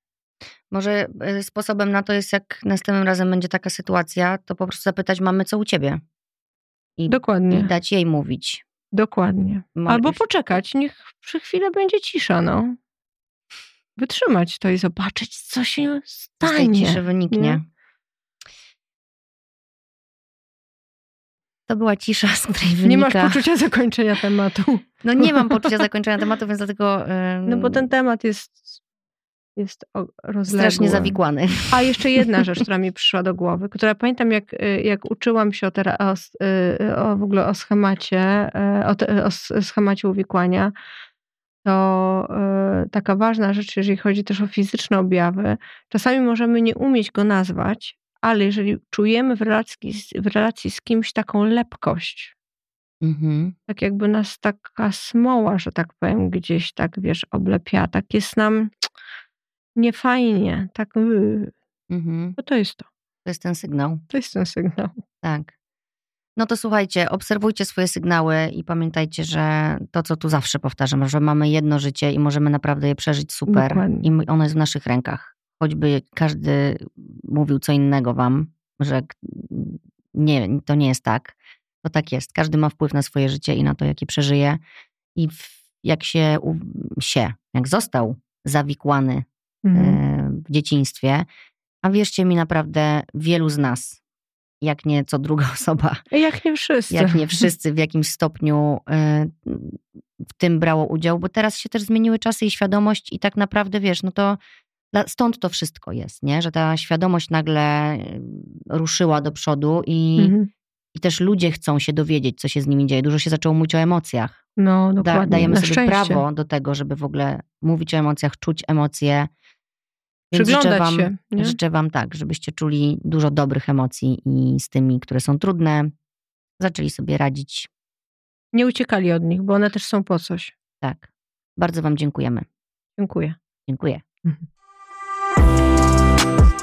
Może y, sposobem na to jest, jak następnym razem będzie taka sytuacja, to po prostu zapytać mamy, co u ciebie. I, Dokładnie. i dać jej mówić. Dokładnie. Mo- Albo poczekać, niech przez chwilę będzie cisza, no. Wytrzymać to i zobaczyć, co się Z tej stanie. ciszy wyniknie. nie? To była cisza, z której wynika... Nie masz poczucia zakończenia tematu. No nie mam poczucia zakończenia tematu, więc dlatego... Ym, No bo ten temat jest, jest o- rozległy. strasznie zawikłany. A jeszcze jedna rzecz, która mi przyszła do głowy, która pamiętam, jak, y, jak uczyłam się o, tera- o, s- y, o w ogóle o schemacie, y, o, te, o s- schemacie uwikłania. to y, taka ważna rzecz, jeżeli chodzi też o fizyczne objawy, czasami możemy nie umieć go nazwać, ale jeżeli czujemy w relacji, z- w relacji z kimś taką lepkość, Mhm. tak jakby nas taka smoła, że tak powiem, gdzieś tak, wiesz, oblepia, tak jest nam niefajnie, tak, yy, Mhm. no to jest to. To jest ten sygnał. To jest ten sygnał. Tak. No to słuchajcie, obserwujcie swoje sygnały i pamiętajcie, że to, co tu zawsze powtarzam, że mamy jedno życie i możemy naprawdę je przeżyć super. Dokładnie. I m- ono jest w naszych rękach. Choćby każdy mówił co innego wam, że k- nie, to nie jest tak. To tak jest. Każdy ma wpływ na swoje życie i na to, jakie przeżyje. I w, jak się, u- się, jak został zawikłany Mhm. e, w dzieciństwie, a wierzcie mi, naprawdę wielu z nas, jak nie co druga osoba, Jak nie wszyscy. jak nie wszyscy w jakimś stopniu y, w tym brało udział, bo teraz się też zmieniły czasy i świadomość i tak naprawdę, wiesz, no to dla- stąd to wszystko jest, nie? Że ta świadomość nagle y, ruszyła do przodu i, Mhm. i też ludzie chcą się dowiedzieć, co się z nimi dzieje. Dużo się zaczęło mówić o emocjach. No, Da, dokładnie. dajemy Na sobie szczęście. prawo do tego, żeby w ogóle mówić o emocjach, czuć emocje. Więc życzę Przyglądać wam, się, nie? życzę wam tak, żebyście czuli dużo dobrych emocji i z tymi, które są trudne, zaczęli sobie radzić. Nie uciekali od nich, bo one też są po coś. Tak. Bardzo wam dziękujemy. Dziękuję. Dziękuję. Mhm.